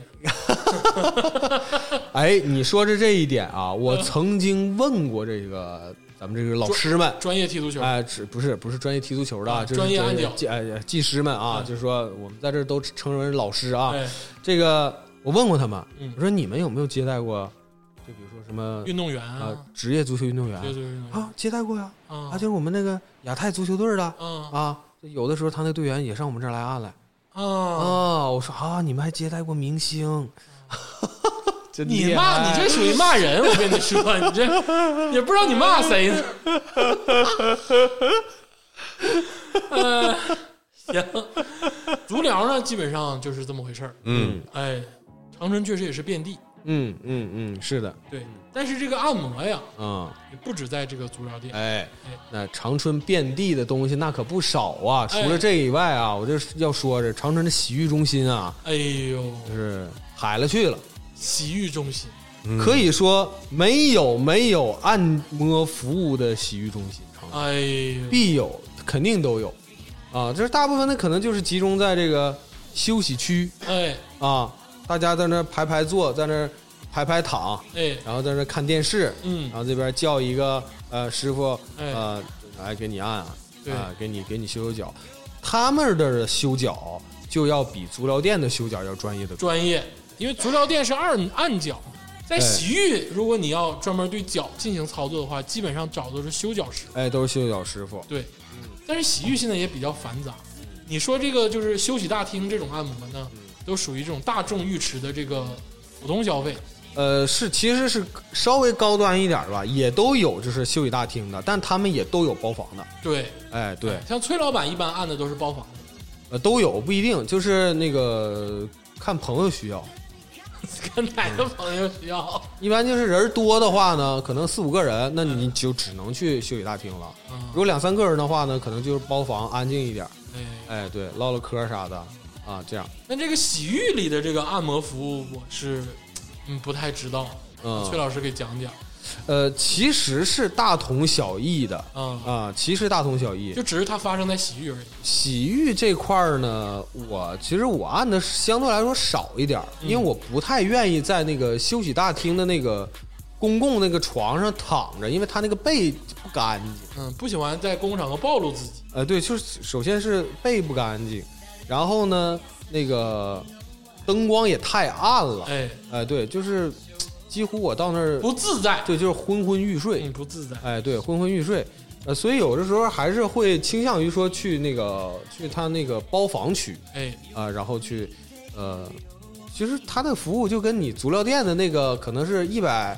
哎，你说的这一点啊，我曾经问过这个。咱们这个老师们， 专业踢足球， 不是专业踢足球的， 专业按脚技师们啊，就是说我们在这都称为老师啊。这个我问过他们，我说你们有没有接待过，就比如说什么运动员啊， 职业足球运动员啊，接待过呀，就是我们那个亚太足球队的有的时候他那队员也上我们这儿来按来我说你们还接待过明星。 你骂你这属于骂人，我跟你说，你这也不知道你骂谁呢。行，足疗呢基本上就是这么回事儿。长春确实也是遍地。 是的， 对。但是这个按摩呀，也不止在这个足疗店。 那长春遍地的东西那可不少啊。除了这以外啊，我就要说是长春的洗浴中心啊，就是海了去了。 洗浴中心可以说没有按摩服务的洗浴中心，必有，肯定都有啊。就是大部分的可能就是集中在这个休息区，大家在那排坐，在那排躺，然后在那看电视，然后这边叫一个师傅来给你按给你修脚。他们的修脚就要比足疗店的修脚要专业的专业。因为足疗店是按脚，在洗浴，如果你要专门对脚进行操作的话，基本上找的是修脚师， 都是修脚师傅。 对，但是洗浴现在也比较繁杂。你说这个就是休息大厅这种按摩呢，都属于这种大众浴池的这个普通消费。 其实是稍微高端一点吧，也都有就是休息大厅的，但他们也都有包房的。 对， 对， 像崔老板一般按的都是包房的，都有，不一定，就是那个看朋友需要。 跟哪个朋友需要？ 一般就是人多的话呢，可能4-5个人，那你就只能去休息大厅了。如果2-3个人的话呢，可能就是包房，安静一点。对，唠唠嗑啥的这样。 那这个洗浴里的这个按摩服务，我是不太知道。 崔老师给讲讲。 其实是大同小异的，其实大同小异， 就只是它发生在洗浴而已。 洗浴这块呢，其实我按的相对来说少一点，因为我不太愿意在那个休息大厅的那个公共那个床上躺着，因为它那个背不干净。 不喜欢在公共场合暴露自己。 对，就是首先是背不干净，然后呢，那个灯光也太暗了，对，就是几乎我到那儿不自在， 对，就是昏昏欲睡， 不自在， 对，昏昏欲睡，所以有的时候还是会倾向于说去他那个包房区，然后去，其实他的服务就跟你足疗店的那个可能是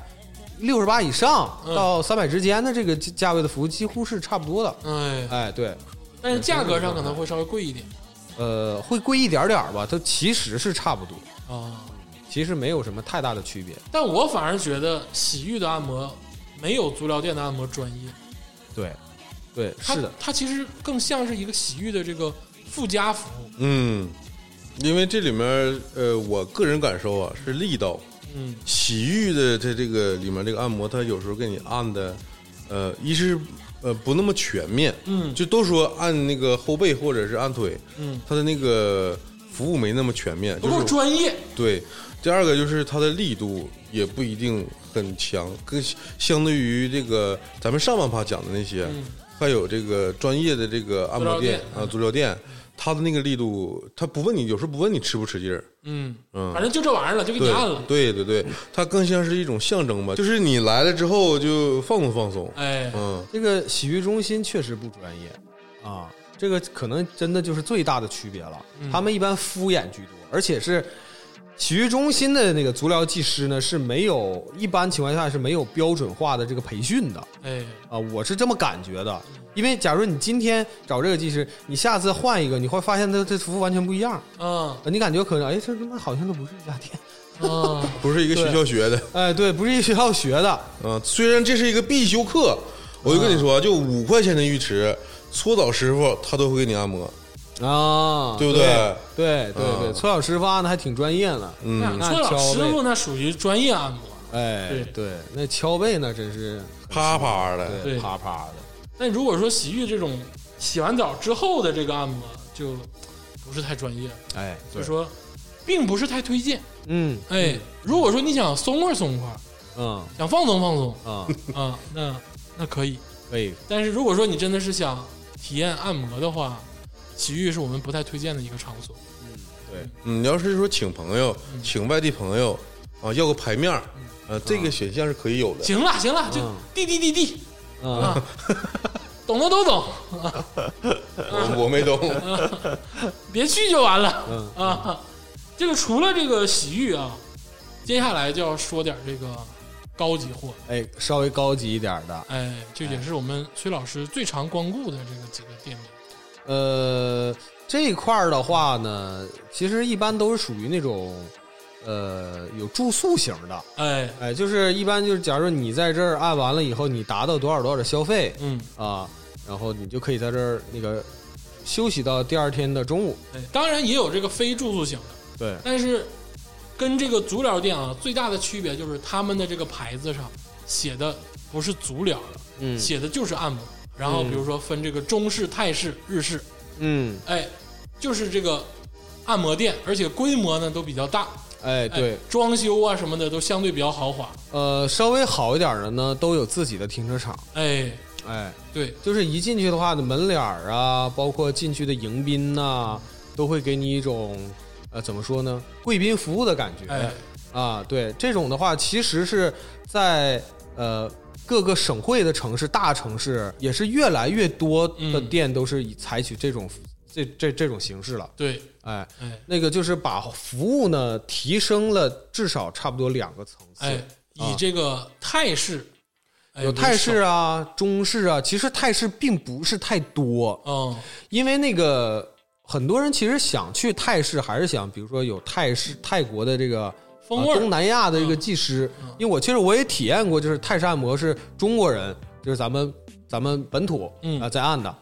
168以上到300之间的这个价位的服务几乎是差不多的，对， 但是价格上可能会稍微贵一点， 会贵一点吧，它其实是差不多啊。 其实没有什么太大的区别， 但我反而觉得洗浴的按摩没有足疗店的按摩专业。 对，是的， 它其实更像是一个洗浴的这个附加服务。 因为这里面我个人感受啊是力道。洗浴的这个里面这个按摩，它有时候给你按的，一是不那么全面，就都说按那个后背或者是按腿，它的那个服务没那么全面， 不够专业。 对。第二个就是它的力度也不一定很强，跟相对于这个咱们上半趴讲的那些，还有这个专业的这个按摩店足疗店，它的那个力度，它不问你，有时候不问你吃不吃劲儿， 反正就这玩意儿了，就给你按了。 对，它更像是一种象征吧，就是你来了之后就放松。 这个洗浴中心确实不专业啊，这个可能真的就是最大的区别了。他们一般敷衍居多，而且是。洗浴中心的那个足疗技师呢，是没有一般情况下是没有标准化的这个培训的。我是这么感觉的，因为假如你今天找这个技师，你下次换一个，你会发现他这服务完全不一样。你感觉可能这他妈好像都不是一家店， 不是一个学校学的。 对，不是一个学校学的。 虽然这是一个必修课，我就跟你说，就5块钱的浴池，搓澡师傅他都会给你按摩。对不对？ 对，搓澡师傅按的还挺专业的。 搓澡师傅那属于专业按摩。 对，那敲背那真是啪啪的， 对，啪啪的。 但如果说洗浴这种洗完澡之后的这个按摩，就不是太专业。所以说并不是太推荐。如果说你想松快，想放松，那可以。但是如果说你真的是想体验按摩的话，洗浴是我们不太推荐的一个场所。 你要是说请朋友，请外地朋友要个牌面这个选项是可以有的。 行了，就滴懂的都懂。 我没懂。 别去就完了。这个除了这个洗浴啊，接下来就要说点这个高级货， 稍微高级一点的， 这也是我们崔老师最常光顾的这个几个店面。 这一块的话呢，其实一般都是属于那种有住宿型的，就是一般就是假如你在这儿按完了以后，你达到多少的消费，然后你就可以在这儿那个休息到第二天的中午。 当然也有这个非住宿型的， 对， 但是跟这个足疗店啊最大的区别就是他们的这个牌子上写的不是足疗的，写的就是按摩。然后比如说分这个中式、泰式、日式，就是这个按摩店，而且规模呢都比较大， 对， 装修啊什么的都相对比较豪华。 稍微好一点的呢都有自己的停车场，对，就是一进去的话的门脸啊，包括进去的迎宾呐，都会给你一种怎么说呢，贵宾服务的感觉。对，这种的话其实是在各个省会的城市、大城市也是越来越多的店都是以采取这种这种形式了。 对， 那个就是把服务呢提升了至少差不多2个层次。 以这个泰式， 有泰式啊、中式啊，其实泰式并不是太多。因为那个很多人其实想去泰式，还是想比如说有泰国的这个。东南亚的这个技师，因为其实我也体验过，就是泰式按摩是中国人，就是咱们本土在按的。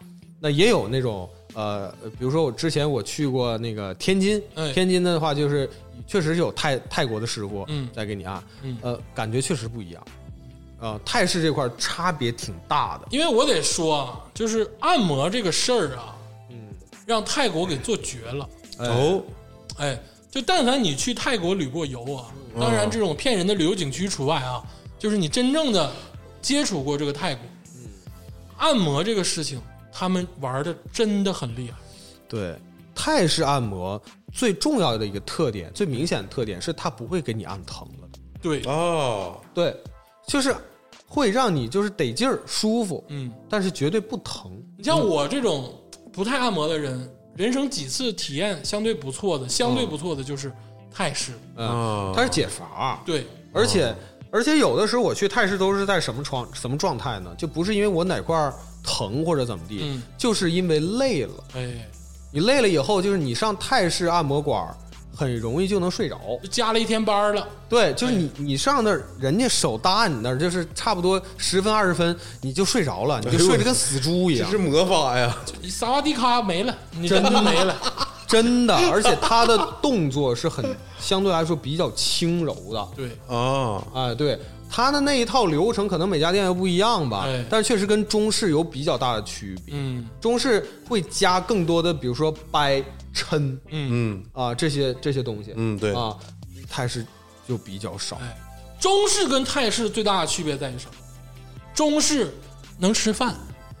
那也有那种比如说我之前我去过那个天津，天津的话就是确实是有泰国的师傅在给你按，感觉确实不一样。泰式这块差别挺大的。 因为我得说啊，就是按摩这个事儿啊，让泰国给做绝了。就但凡你去泰国旅过游啊，当然这种骗人的旅游景区除外啊，就是你真正的接触过这个泰国，按摩这个事情他们玩的真的很厉害。 对，泰式按摩最重要的一个特点，最明显的特点是它不会给你按疼了。 对， 对，就是会让你就是得劲儿舒服，但是绝对不疼。 你像我这种不太按摩的人，人生几次体验相对不错的就是泰式， 它是解乏。 对， 而且有的时候我去泰式都是在什么状态呢？就不是因为我哪块疼或者怎么地，就是因为累了。你累了以后，就是你上泰式按摩馆很容易就能睡着， 就加了一天班了。 对，就是你上那儿，人家手搭你那儿，就是差不多10分20分，你就睡着了，你就睡得跟死猪一样。 这是魔法呀！ 萨瓦迪卡没了，你真的没了， 真的。而且他的动作是很相对来说比较轻柔的。 对对。他的那一套流程可能每家店又不一样吧，但是确实跟中式有比较大的区别。中式会加更多的，比如说掰、抻，这些东西。对啊，泰式就比较少。 中式跟泰式最大的区别在于什么？中式能吃饭。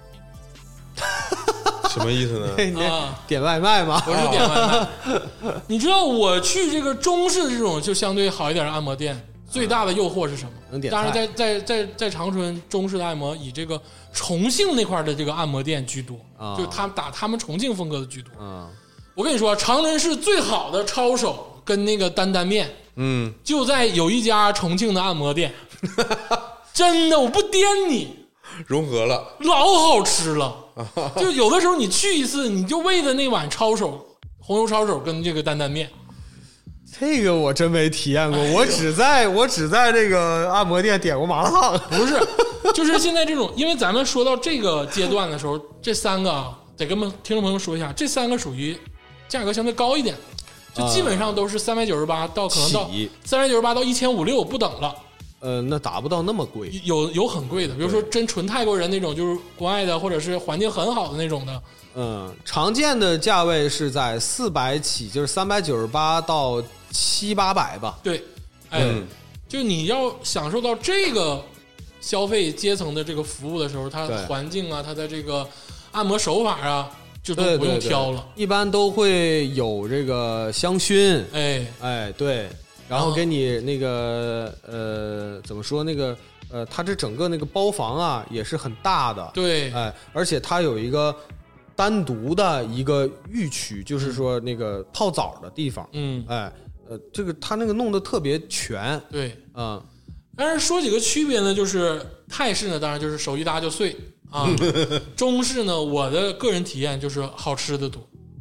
什么意思呢？点外卖吗？ 不是点外卖。你知道我去这个中式这种就相对好一点的按摩店，最大的诱惑是什么？当然在长春中式的按摩以这个重庆那块的这个按摩店居多，就是他们重庆风格的居多。我跟你说，长春市最好的抄手跟那个担担面，就在有一家重庆的按摩店，真的我不颠你， 融合了， 老好吃了。就有的时候你去一次，你就为了那碗抄手红油抄手跟这个担担面。 这个我真没体验过，我只在这个按摩店点过麻辣烫。 不是，就是现在这种，因为咱们说到这个阶段的时候，这三个啊，得跟听众朋友说一下，这三个属于价格相对高一点，就基本上都是398到可能到398到1500不等了。 那达不到那么贵， 有很贵的，比如说真纯泰国人那种，就是国外的，或者是环境很好的那种的。 常见的价位是在400起，就是398到700-800吧。 对，就你要享受到这个消费阶层的这个服务的时候，它的环境啊，它的这个按摩手法啊，就都不用挑了。 一般都会有这个香薰，对，然后给你那个怎么说那个它这整个那个包房啊也是很大的， 对， 而且它有一个单独的一个浴区，就是说那个泡澡的地方，这个它那个弄得特别全， 对，但是说几个区别呢，就是泰式呢，当然就是手一搭就碎啊，中式呢，我的个人体验就是好吃的多。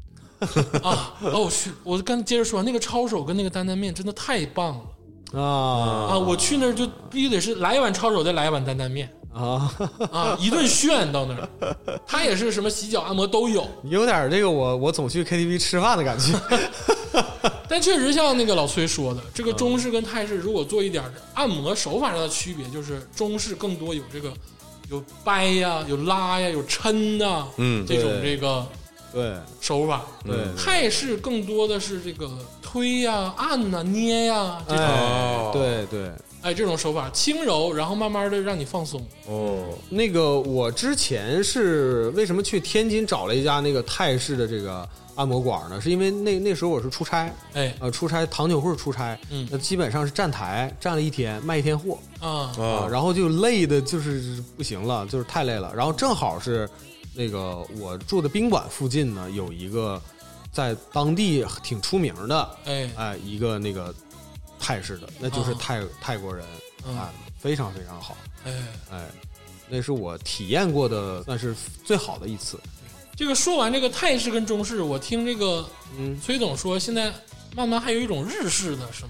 我刚接着说，那个抄手跟那个担担面真的太棒了我去那儿就必须得是来一碗抄手，再来一碗担担面一顿炫到那儿。它也是什么洗脚按摩都有， 有点这个我总去 KTV 吃饭的感觉。 但确实像那个老崔说的，这个中式跟泰式如果做一点按摩手法上的区别，就是中式更多有这个有掰呀、有拉呀、有抻呐，这种这个对手法。 对， 泰式更多的是这个推呀、按呐、捏呀这种。 对， 这种手法轻柔，然后慢慢的让你放松。 那个我之前是为什么去天津找了一家那个泰式的这个按摩馆呢？是因为那时候我是出差，出差糖酒会出差，那基本上是站台站了一天，卖一天货然后就累的就是不行了，就是太累了。然后正好是那个我住的宾馆附近呢，有一个在当地挺出名的，一个那个泰式的，那就是泰国人非常非常好，那是我体验过的算是最好的一次。 这个说完这个泰式跟中式，我听这个崔总说，现在慢慢还有一种日式的，是吗？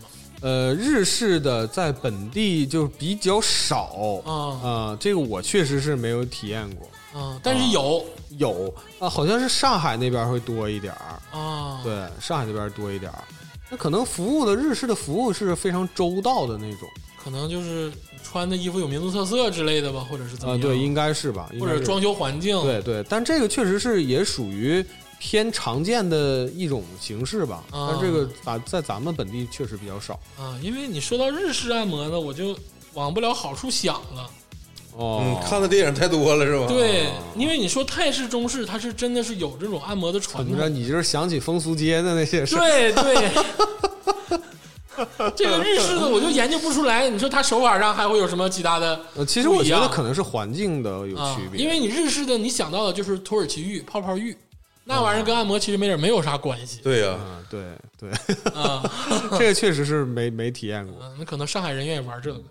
日式的在本地就比较少这个我确实是没有体验过但是有好像是上海那边会多一点对，上海那边多一点那可能日式的服务是非常周到的那种， 可能就是穿的衣服有民族特色之类的吧，或者是怎么样对，应该是吧， 或者装修环境， 对，但这个确实是也属于偏常见的一种形式吧，但这个在咱们本地确实比较少因为你说到日式按摩呢，我就往不了好处想了。 看的电影太多了是吧？ 对，因为你说泰式、中式，它是真的是有这种按摩的传统。 你就是想起风俗街的那些事。 对。这个日式的我就研究不出来，你说它手法上还会有什么其他的？ 其实我觉得可能是环境的有区别， 因为你日式的你想到的就是土耳其浴、泡泡浴。那玩意儿跟按摩其实没有啥关系。 对呀， 对这个确实是没体验过。 那可能上海人愿意玩这个。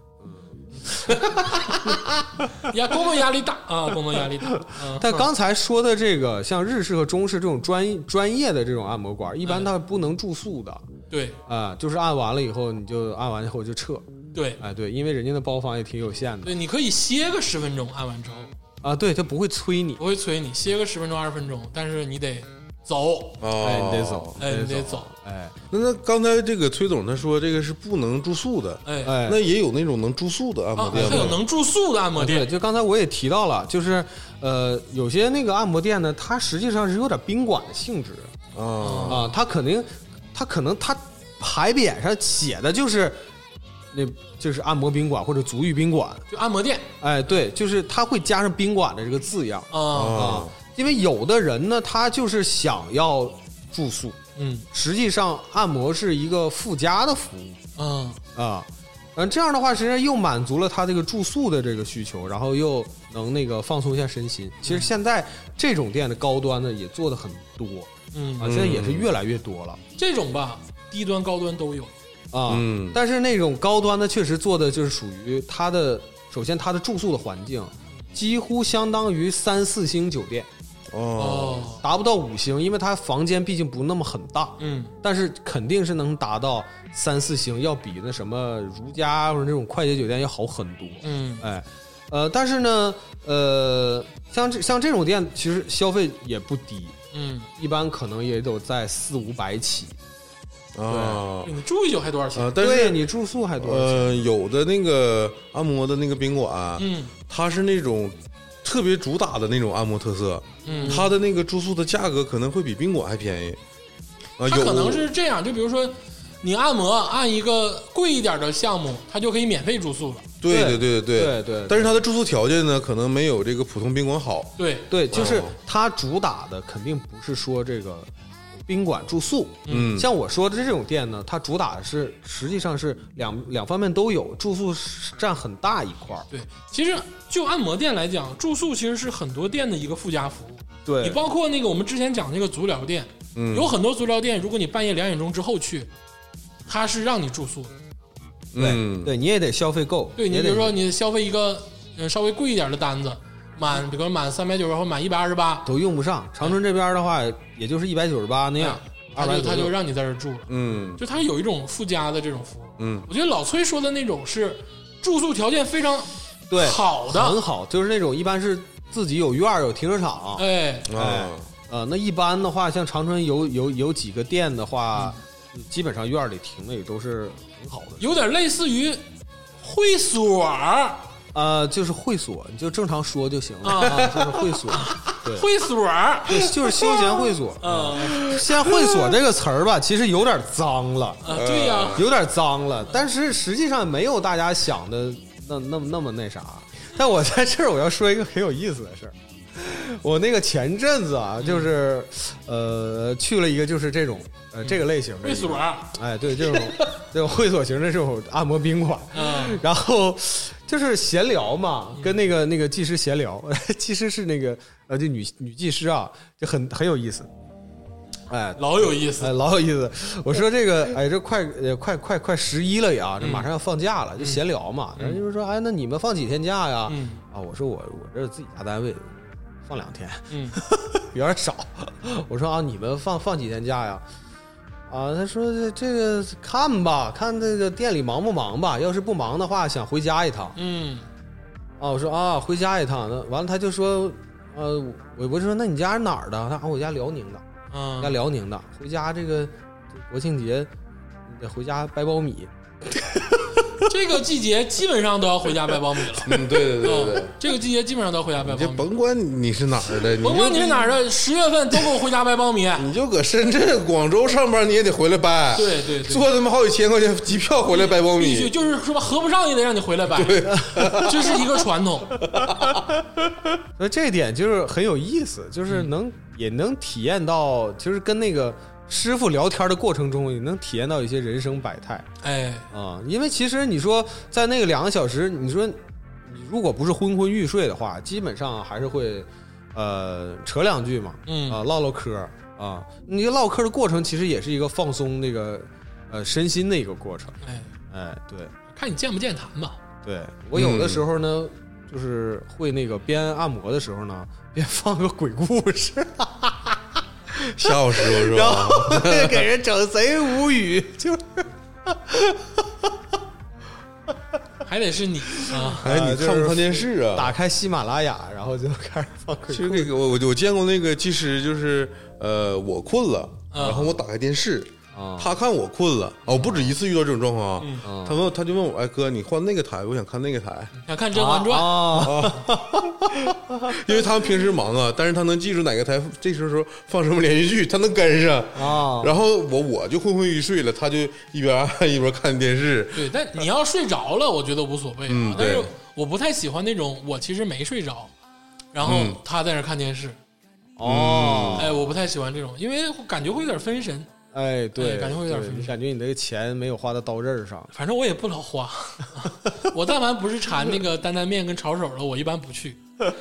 工作压力大工作压力大。 但刚才说的这个，像日式和中式这种专业的这种按摩馆，一般它不能住宿的。 对就是按完了以后，你就按完以后就撤。 对， 对，因为人家的包房也挺有限的。 对，你可以歇个10分钟，按完之后。 对，他不会催你， 歇个10分钟、20分钟，但是你得走。 你得走， 你得走。 那刚才这个崔总他说这个是不能住宿的，那也有那种能住宿的按摩店吗？ 还有能住宿的按摩店。 对，就刚才我也提到了，就是有些那个按摩店呢，它实际上是有点宾馆的性质它可能它牌匾上写的就是就是按摩宾馆或者足浴宾馆， 就按摩店。 对，就是它会加上宾馆的这个字样因为有的人呢，他就是想要住宿，实际上按摩是一个附加的服务这样的话，实际上又满足了他这个住宿的这个需求，然后又能那个放松一下身心。其实现在这种店的高端呢也做的很多现在也是越来越多了。 这种吧，低端高端都有但是那种高端的确实做的就是属于它的，首先它的住宿的环境几乎相当于3、4星酒店达不到5星，因为它房间毕竟不那么很大但是肯定是能达到3、4星，要比那什么如家或者那种快捷酒店要好很多但是呢像这种店其实消费也不低一般可能也都在4、500起对，你住一宿还多少钱？ 但是对你住宿还多少钱？ 有的那个按摩的那个宾馆它是那种特别主打的那种按摩特色它的那个住宿的价格可能会比宾馆还便宜它可能是这样，就比如说你按摩按一个贵一点的项目，它就可以免费住宿了。 对，但是它的住宿条件呢，可能没有这个普通宾馆好。 对， 就是它主打的肯定不是说这个宾馆住宿，像我说的这种店呢，它主打的是实际上是两方面都有，住宿占很大一块。 对，其实就按摩店来讲，住宿其实是很多店的一个附加服务。 对， 你包括那个我们之前讲那个足疗店，有很多足疗店，如果你半夜2点钟之后去，它是让你住宿的。 对，你也得消费够。 对，你比如说你消费一个稍微贵一点的单子，比如满390或满128 都用不上。长春这边的话，也就是198那样，200 他就让你在这儿住了。就它有一种附加的这种服务。我觉得老崔说的那种是住宿条件非常好的， 很好，就是那种一般是自己有院有停车场。那一般的话，像长春有几个店的话，基本上院里停的也都是很好的， 有点类似于会所。 就是会所，你就正常说就行了就是会所，对， 会所， 对，就是休闲会所。现在会所这个词儿吧，其实有点脏了对呀， 有点脏了，但是实际上没有大家想的那么那啥。但我在这儿我要说一个很有意思的事儿，我那个前阵子就是去了一个就是这种这个类型的会所， 对，这种会所型的这种按摩宾馆，然后就是闲聊嘛，跟那个技师闲聊，技师是那个就女技师就很有意思， 老有意思， 老有意思。我说这个这快11了呀，这马上要放假了，就闲聊嘛。然后就是说那你们放几天假呀？我说我这自己家单位放2天，有点少。我说你们放几天假呀？ 啊，他说这个看吧，看这个店里忙不忙吧，要是不忙的话，想回家一趟。我说啊，回家一趟。那完了，他就说，我就说那你家是哪儿的？他说我家辽宁的，家辽宁的，回家这个国庆节你得回家掰苞米。 这个季节基本上都要回家掰苞米了。 对， 这个季节基本上都要回家掰苞米。 甭管你是哪儿的， 甭管你是哪儿的，10月份都给我回家掰苞米。 你就搁深圳、广州上班，你也得回来掰。 对， 坐他妈好几千块钱机票回来掰苞米， 必须就是说合不上也得让你回来掰。对，这是一个传统。 所以这一点就是很有意思，就是也能体验到，就是跟那个师傅聊天的过程中，也能体验到一些人生百态。因为其实你说在那个2个小时，你说你如果不是昏昏欲睡的话，基本上还是会扯2句嘛，唠嗑啊。你唠嗑的过程其实也是一个放松那个身心的一个过程。对， 看你健不健谈吧。 对，我有的时候呢，就是会那个边按摩的时候呢，边放个鬼故事。 吓唬师傅是吧？ 然后给人整贼无语，就是还得是你啊！ 你看不看电视啊？ 打开喜马拉雅，然后就开始放鬼故事。 其实我见过那个技师，就是我困了，然后我打开电视。他看我困了，我不止一次遇到这种状况啊。他就问我，哎哥，你换那个台，我想看那个台， 想看《甄嬛传》 因为他们平时忙啊，但是他能记住哪个台这时候放什么连续剧，他能跟上然后我就昏昏欲睡了，他就一边按一边看电视。 对，但你要睡着了，我觉得无所谓。但是我不太喜欢那种我其实没睡着，然后他在那看电视。我不太喜欢这种，因为感觉会有点分神。 对， 感觉会有点分神， 感觉你这个钱没有花到刀刃上。 反正我也不老花，我但凡不是馋那个担担面跟炒手的，我一般不去。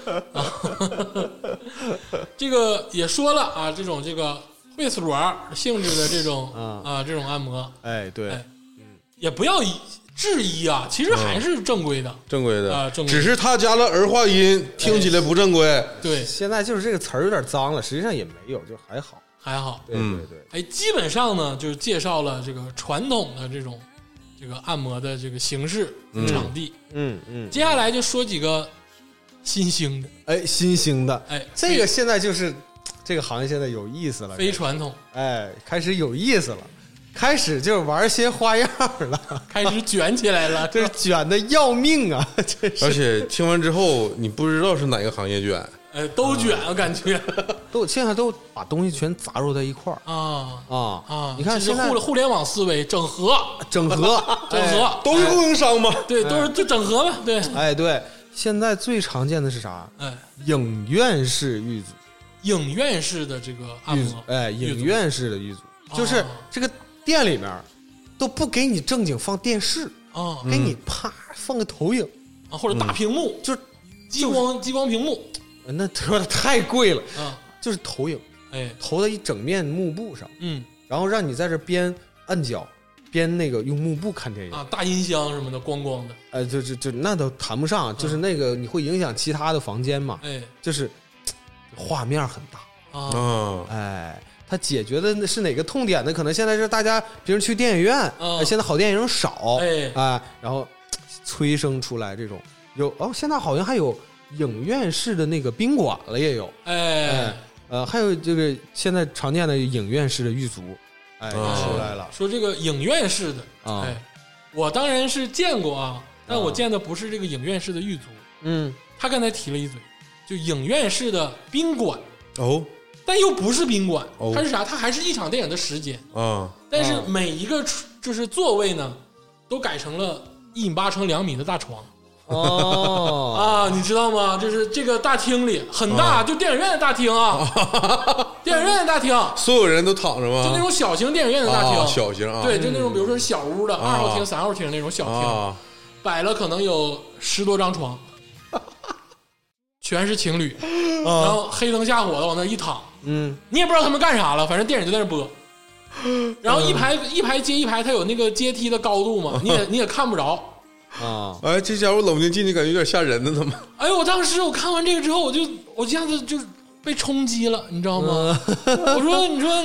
这个也说了啊，这种这个会所性质的这种这种按摩， 对， 也不要质疑啊，其实还是正规的， 正规的只是他加了儿化音，听起来不正规。 对， 现在就是这个词儿有点脏了，实际上也没有，就还好。 对，基本上呢，就是介绍了这个传统的这种这个按摩的这个形式、场地。接下来就说几个新兴的。 新兴的，这个现在就是这个行业现在有意思了， 非传统， 开始有意思了，开始就玩些花样了， 开始卷起来了， 这卷的要命啊！ 而且听完之后，你不知道是哪个行业卷。 都卷，我感觉现在都把东西全杂入在一块儿你看现在互联网思维整合都是供应商嘛， 对，都是就整合嘛，对， 对，现在最常见的是啥？影院式浴足， 影院式的这个按摩， 影院式的浴足，就是这个店里面都不给你正经放电视给你啪放个投影或者大屏幕， 就是激光屏幕。 那太贵了就是投影，投在一整面幕布上，然后让你在这边按脚边那个用幕布看电影大音箱什么的，咣咣的， 就那都谈不上，就是那个你会影响其他的房间嘛，就是画面很大它解决的是哪个痛点呢？可能现在是大家平时去电影院，现在好电影少，然后催生出来这种现在好像还有。影院式的那个宾馆了也有，还有这个现在常见的影院式的浴足，出来了。 说这个影院式的，我当然是见过啊，但我见的不是这个影院式的浴足。他刚才提了一嘴，就影院式的宾馆但又不是宾馆，它是啥？它还是一场电影的时间但是每一个就是座位呢，都改成了1.8乘2米的大床。你知道吗？就是这个大厅里很大，就电影院的大厅电影院的大厅， 所有人都躺着吗？ 就那种小型电影院的大厅， 小型对，就那种比如说小屋的2号厅、3号厅那种小厅，摆了可能有10多张床，全是情侣，然后黑灯瞎火的往那一躺，你也不知道他们干啥了，反正电影就在那播，然后一排接一排，它有那个阶梯的高度嘛，你也看不着。 这家伙冷静进去感觉有点吓人呢，怎么？ 我当时我看完这个之后，我一下子就被冲击了，你知道吗？我说，你说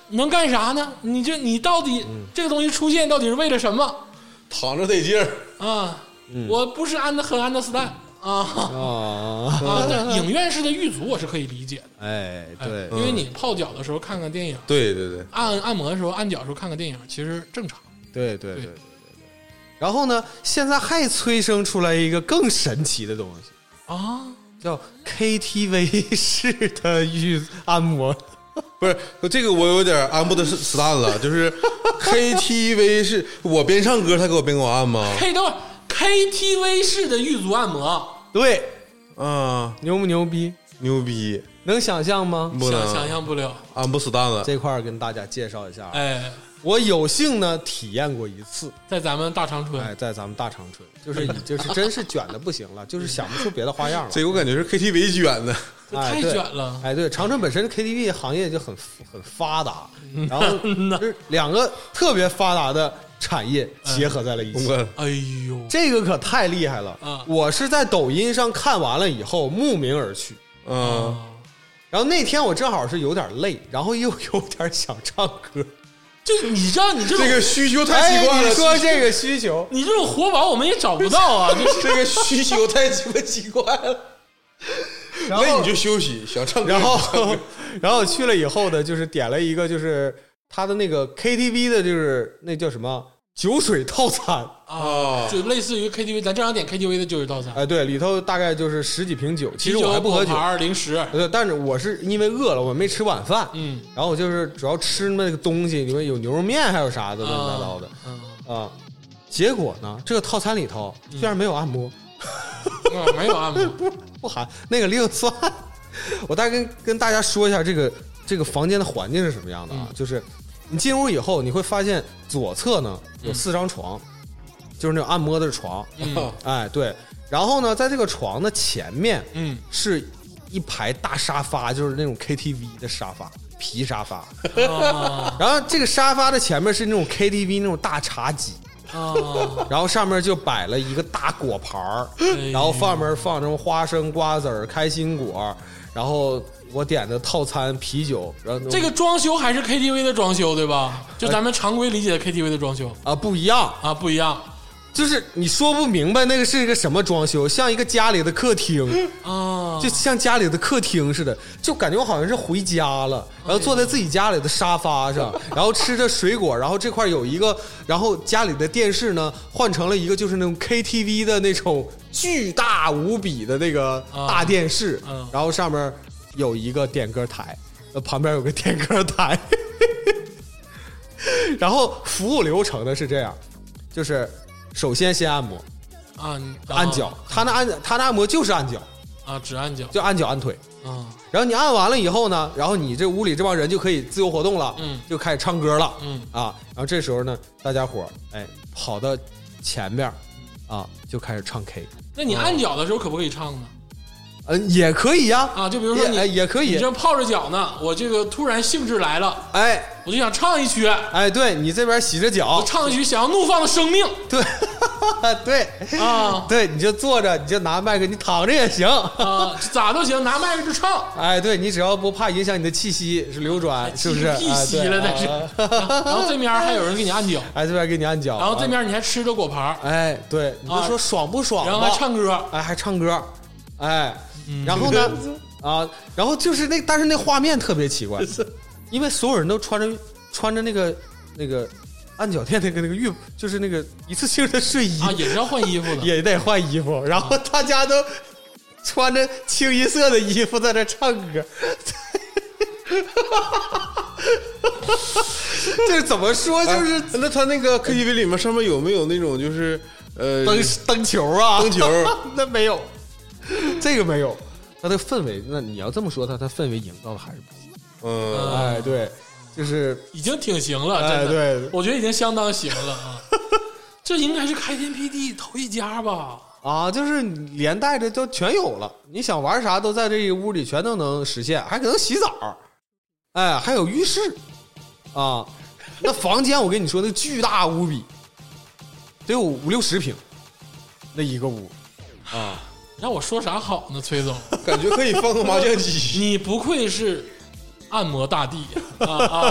能干啥呢？你到底这个东西出现到底是为了什么？ 躺着得劲儿啊！我不是很安德斯坦啊！影院式的狱卒我是可以理解的。 哎，对， 因为你泡脚的时候看看电影， 对对对， 按摩的时候按脚的时候看看电影，其实正常。 对。然后呢，现在还催生出来一个更神奇的东西啊， 叫 KTV 式的按摩。 不是这个，我有点安不得死蛋了。就是 KTV 是我边唱歌，他给我按吗？ 等会儿 KTV 式的狱卒按摩， 对， 牛不牛逼？ 牛逼， 能想象吗？ 不能想象不了， 安不死蛋了。 这块儿跟大家介绍一下， 哎， 我有幸呢体验过一次， 在咱们大长春， 在咱们大长春，就是真是卷的不行了，就是想不出别的花样了。 这我感觉是 KTV 卷的。 太卷了！ 哎，对，长春本身 KTV 行业就很发达，然后就是两个特别发达的产业结合在了一起。 哎呦， 这个可太厉害了！我是在抖音上看完了以后慕名而去。然后那天我正好是有点累，然后又有点想唱歌。 就你知道，你这个需求太奇怪了。 你说这个需求， 你这种活宝我们也找不到啊！就是这个需求太奇怪了。 然后那你就休息，想唱歌。 然后去了以后呢，就是点了一个，就是他的那个 KTV 的，就是那叫什么酒水套餐啊，就类似于 KTV， 咱正常点 KTV 的酒水套餐。 哎，对，里头大概就是10几瓶酒，其实我还不喝酒， 零食。 对，但是我是因为饿了，我没吃晚饭，然后我就是主要吃那个东西，里面有牛肉面，还有啥的乱七八糟的，结果呢，这个套餐里头居然没有按摩。 没有按摩， 不含那个另算。我大概跟大家说一下这个房间的环境是什么样的啊？就是你进屋以后，你会发现左侧呢有4张床，就是那种按摩的床。哎，对。然后呢，在这个床的前面，是一排大沙发，就是那种 KTV 的沙发，皮沙发。然后这个沙发的前面是那种 KTV 那种大茶几。然后上面就摆了一个大果盘儿，然后上面放着花生、瓜子儿、开心果，然后我点的套餐啤酒。然后这个装修还是 KTV 的装修对吧？就咱们常规理解的 KTV 的装修不一样啊，不一样。 就是你说不明白那个是一个什么装修，像一个家里的客厅就像家里的客厅似的，就感觉我好像是回家了，然后坐在自己家里的沙发上，然后吃着水果，然后这块有一个，然后家里的电视呢换成了一个就是那种 KTV 的那种巨大无比的那个大电视，然后上面有一个点歌台，旁边有个点歌台，然后服务流程呢是这样，就是首先按摩按脚，他那按摩就是按脚只按脚， 就按脚按腿然后你按完了以后呢，然后你这屋里这帮人就可以自由活动了，就开始唱歌了，然后这时候呢，大家伙跑到前面就开始唱 K。 那你按脚的时候可不可以唱呢？ 也可以呀就比如说你也可以， 你正泡着脚呢，我这个突然兴致来了，我就想唱一曲， 对你这边洗着脚， 我唱一曲想要怒放的生命， 对对对，你就坐着，你就拿麦克，你躺着也行咋都行，拿麦克就唱， 对你只要不怕影响你的气息是流转，是不是？ 屁息了，但是，然后这边还有人给你按脚， 这边给你按脚， 然后这边你还吃着果盘， 对，你就说爽不爽？ 然后还唱歌， 还唱歌，然后呢然后就是但是那画面特别奇怪，因为所有人都穿着那个按脚店那个就是那个一次性的睡衣也是要换衣服的， 也得换衣服，然后大家都穿着清一色的衣服在这唱歌，这怎么说？就是那他那个 KTV 里面上面有没有那种就是灯球灯球那没有。这个没有，它的氛围，那你要这么说，它氛围营造的还是不行。对，就是已经挺行了，真的， 对， 我觉得已经相当行了这应该是开天辟地头一家吧？ 就是连带着都全有了，你想玩啥都在这一屋里全都能实现，还可能洗澡，还有浴室那房间我跟你说，那巨大无比，得有50-60平，那一个屋让我说啥好呢，崔总？ 感觉可以放个麻将机。 你不愧是按摩大帝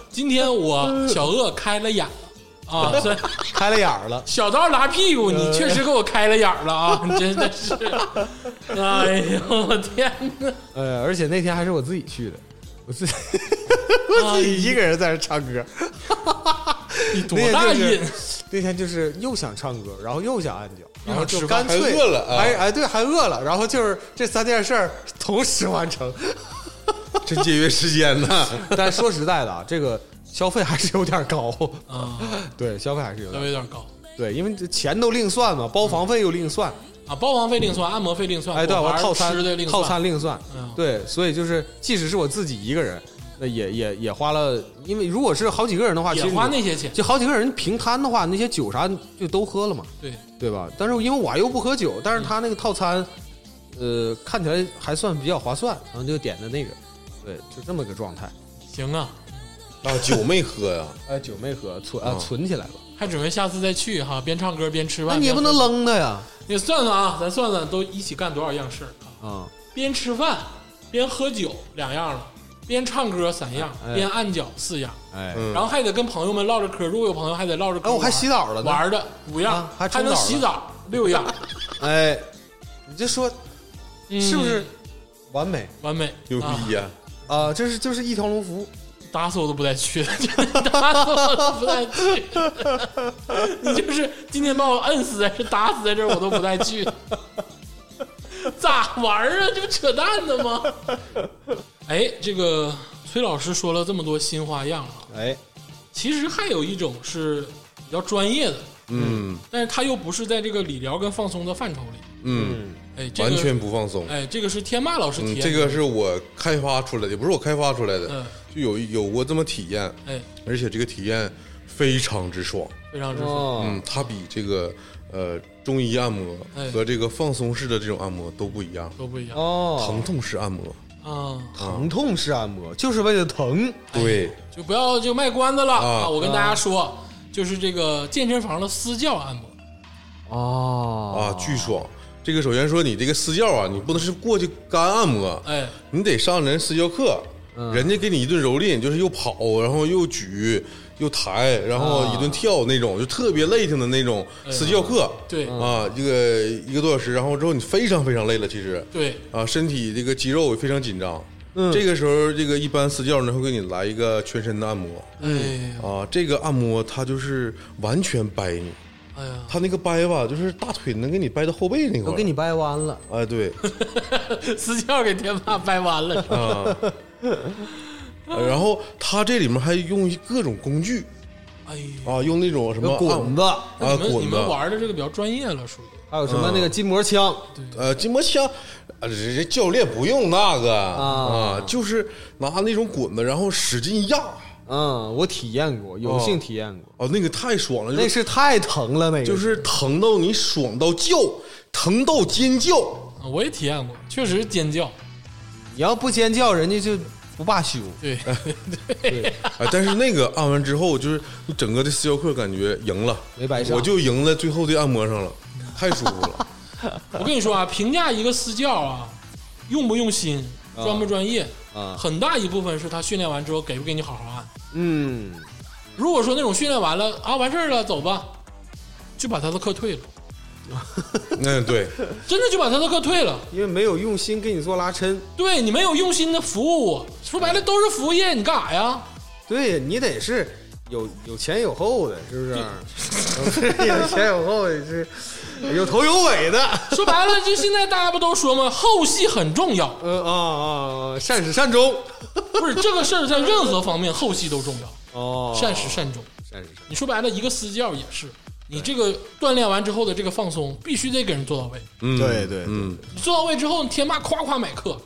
今天我小鳄开了眼了啊， 开了眼儿了。 小刀拉屁股，你确实给我开了眼了啊！你真的是，哎呦我天哪！ 而且那天还是我自己去的，我自己一个人在这唱歌， 你多大瘾？ 那天就是又想唱歌，然后又想按脚，然后就还干脆饿了， 对，还饿了，然后就是这3件事儿同时完成， 真节约时间呐！ 但说实在的啊，这个消费还是有点高啊。对，消费还是有点高。 对，因为这钱都另算嘛，包房费又另算啊，包房费另算，按摩费另算， 哎，对，我套餐另算。 嗯、 对，所以就是即使是我自己一个人，那也花了，因为如果是好几个人的话， 也其实花那些钱， 就好几个人平摊的话，那些酒啥就都喝了嘛，对吧？但是因为我又不喝酒，但是他那个套餐，看起来还算比较划算，然后就点的那个，对，就这么个状态。 行啊， 酒没喝呀？ 酒没喝，存起来了。 还准备下次再去哈，边唱歌边吃饭。 那你也不能扔的呀！ 你算算啊，咱算算都一起干多少样事儿啊？边吃饭边喝酒2样了，边唱歌3样，边按脚4样，然后还得跟朋友们唠着嗑，如果有朋友还得唠着嗑。 我还洗澡了呢， 玩的5样，还能洗澡6样。 哎，你这说是不是完美？ 完美， 牛逼呀！ 这是就是一条龙服务。 打死我都不带去的，打死我都不带去。你就是今天把我摁死在这，打死在这，我都不带去。咋玩啊？这不扯淡的吗？哎，这个崔老师说了这么多新花样啊，其实还有一种是比较专业的，但是他又不是在这个理疗跟放松的范畴里， 完全不放松。 这个是天霸老师体验的， 这个是我开发出来的，也不是我开发出来的，就有过这么体验，而且这个体验非常之爽， 非常之爽。 它比这个中医按摩和这个放松式的这种按摩都不一样，疼痛式按摩疼痛式按摩就是为了疼， 对， 就不要就卖关子了啊！我跟大家说，就是这个健身房的私教按摩， 巨爽。这个首先说你这个私教啊，你不能是过去干按摩，你得上人私教课，人家给你一顿蹂躏，就是又跑，然后又举又抬，然后一顿跳那种，就特别累挺的那种私教课。 对这个1个多小时，然后之后你非常非常累了，其实对身体这个肌肉也非常紧张。这个时候，这个一般私教呢会给你来一个全身的按摩。这个按摩它就是完全掰你。他那个掰吧，就是大腿能给你掰到后背那块， 都给你掰弯了。 对， 私教给天霸掰弯了然后他这里面还用各种工具，用那种什么滚子你们玩的这个比较专业了，属于还有什么那个筋膜枪， 筋膜枪，人家教练不用那个就是拿那种滚子，然后使劲压。 我体验过，有幸体验过。 那个太爽了， 那是太疼了，那个就是疼到你爽到叫，疼到尖叫。 我也体验过，确实尖叫。 你要不尖叫，人家就不罢休。 对， 但是那个按完之后，就是你整个的私教课感觉赢了， 没白上， 我就赢在最后的按摩上了，太舒服了。 我跟你说啊，评价一个私教啊，用不用心，专不专业，很大一部分是他训练完之后给不给你好好按。如果说那种训练完了完事儿了走吧，就把他的课退了。 对， 真的就把他的课退了， 因为没有用心给你做拉伸。 对，你没有用心的服务，说白了都是服务业，你干啥呀？ 对，你得是有前有后的，是不是？有前有后的，是有头有尾的。 说白了，就现在大家不都说吗？后戏很重要。 善始善终。 不是这个事儿，在任何方面后戏都重要。善始善终。你说白了，一个私教也是，你这个锻炼完之后的这个放松，必须得给人做到位。 对， 你做到位之后，你天霸夸夸买课。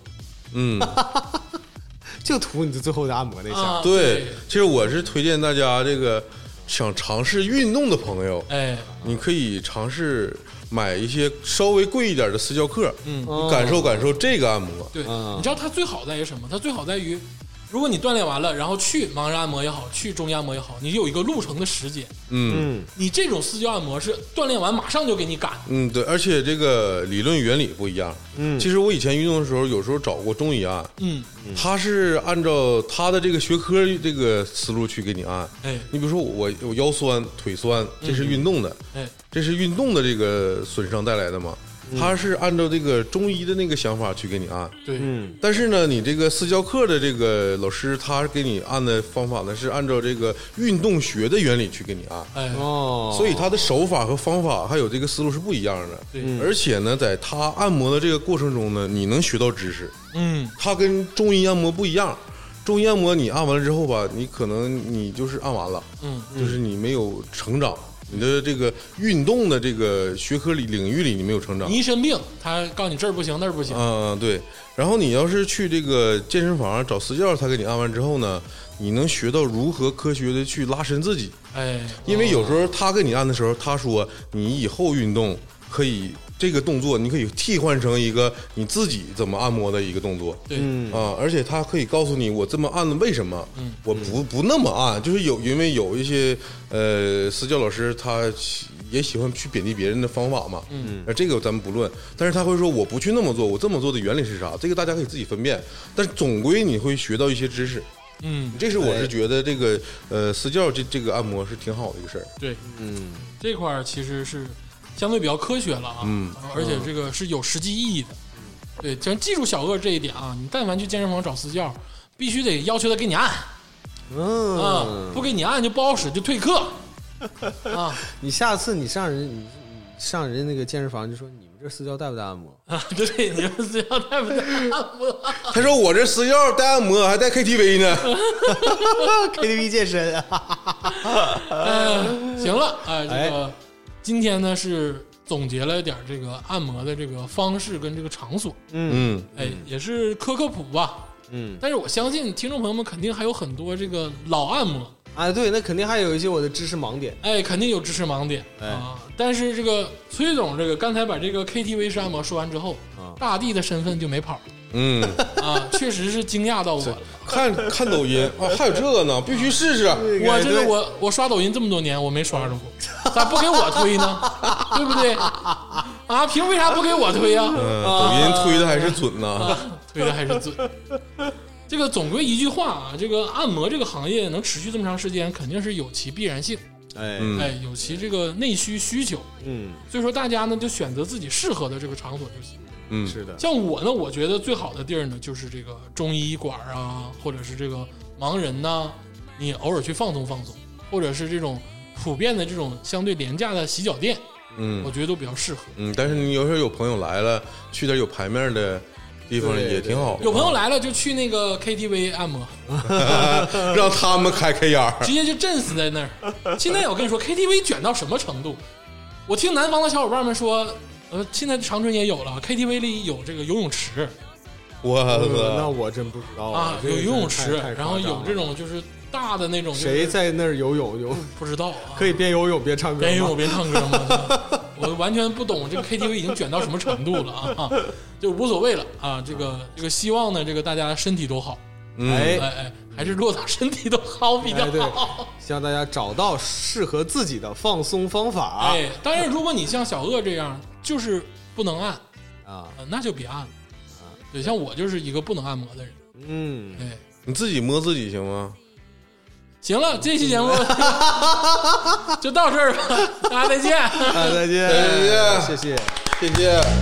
就图你最后的按摩那下。 对，其实我是推荐大家这个想尝试运动的朋友，你可以尝试买一些稍微贵一点的私教课，感受感受这个按摩。 对，你知道它最好在于什么？它最好在于如果你锻炼完了，然后去盲人按摩也好，去中医按摩也好，你有一个路程的时间。你这种私教按摩是锻炼完马上就给你赶。 对，而且这个理论原理不一样。其实我以前运动的时候，有时候找过中医按，他是按照他的这个学科这个思路去给你按。你比如说我腰酸腿酸，这是运动的，这是运动的这个损伤带来的嘛。他是按照这个中医的那个想法去给你按， 对， 但是呢，你这个私教课的这个老师，他给你按的方法呢，是按照这个运动学的原理去给你按，所以他的手法和方法还有这个思路是不一样的， 对， 而且呢，在他按摩的这个过程中呢，你能学到知识，他跟中医按摩不一样。中医按摩你按完了之后吧，你可能你就是按完了，就是你没有成长。你的这个运动的这个学科领域里，你没有成长。 你一身病，他告诉你这儿不行，那儿不行。 对。然后你要是去这个健身房找私教，他给你按完之后呢，你能学到如何科学的去拉伸自己。因为有时候他给你按的时候，他说你以后运动可以这个动作，你可以替换成一个你自己怎么按摩的一个动作。 对， 而且他可以告诉你我这么按的为什么，我不那么按，就是因为有一些私教老师他也喜欢去贬低别人的方法嘛，这个咱们不论，但是他会说我不去那么做，我这么做的原理是啥？这个大家可以自己分辨，但是总归你会学到一些知识。这是我是觉得这个私教这个按摩是挺好的一个事儿。 对，这块其实是相对比较科学了啊，而且这个是有实际意义的。对，只要记住小鳄这一点啊，你但凡去健身房找私教，必须得要求他给你按，不给你按就不好使，就退课啊。 你下次你上人那个健身房就说你们这私教带不带按摩啊？对，你们私教带不带按摩？ 他说我这私教带按摩还带 KTV 呢 ，KTV 健身行了啊，这个。今天呢是总结了点这个按摩的这个方式跟这个场所，也是科普吧，但是我相信听众朋友们肯定还有很多这个老按摩啊，对，那肯定还有一些我的知识盲点， 肯定有知识盲点啊。但是这个崔总这个刚才把这个 KTV 式按摩说完之后，大地的身份就没跑了，确实是惊讶到我了。 看抖音啊，还有这个呢，必须试试。 我刷抖音这么多年，我没刷着过，咋不给我推呢？对不对？啊，为啥不给我推啊？ 抖音推的还是准呢， 推的还是准。这个总归一句话啊，这个按摩这个行业能持续这么长时间，肯定是有其必然性。有其这个内需求。所以说大家呢就选择自己适合的这个场所就行。 是的。 像我呢，我觉得最好的地儿呢，就是这个中医馆啊，或者是这个盲人呐，你偶尔去放松放松，或者是这种普遍的这种相对廉价的洗脚店，我觉得都比较适合。 但是你有时候有朋友来了，去点有牌面的地方也挺好。 有朋友来了就去那个 KTV 按摩， 让他们开眼， 直接就震死在那儿。现在我跟你说 KTV 卷到什么程度？我听南方的小伙伴们说，现在长春也有了 KTV 里有这个游泳池。 那我真不知道啊，有游泳池，然后有这种就是大的那种。 谁在那儿游泳？ 不知道， 可以边游泳边唱歌吗？ 边游泳边唱歌吗？我完全不懂这个 KTV 已经卷到什么程度了啊！就无所谓了啊！这个希望呢，这个大家身体都好。还是落到身体都好比较好。 希望大家找到适合自己的放松方法。 当然，如果你像小鳄这样，就是不能按那就别按了。对，像我就是一个不能按摩的人。 你自己摸自己行吗？ 行了，这期节目就到这儿吧，大家再见。 再见，谢谢。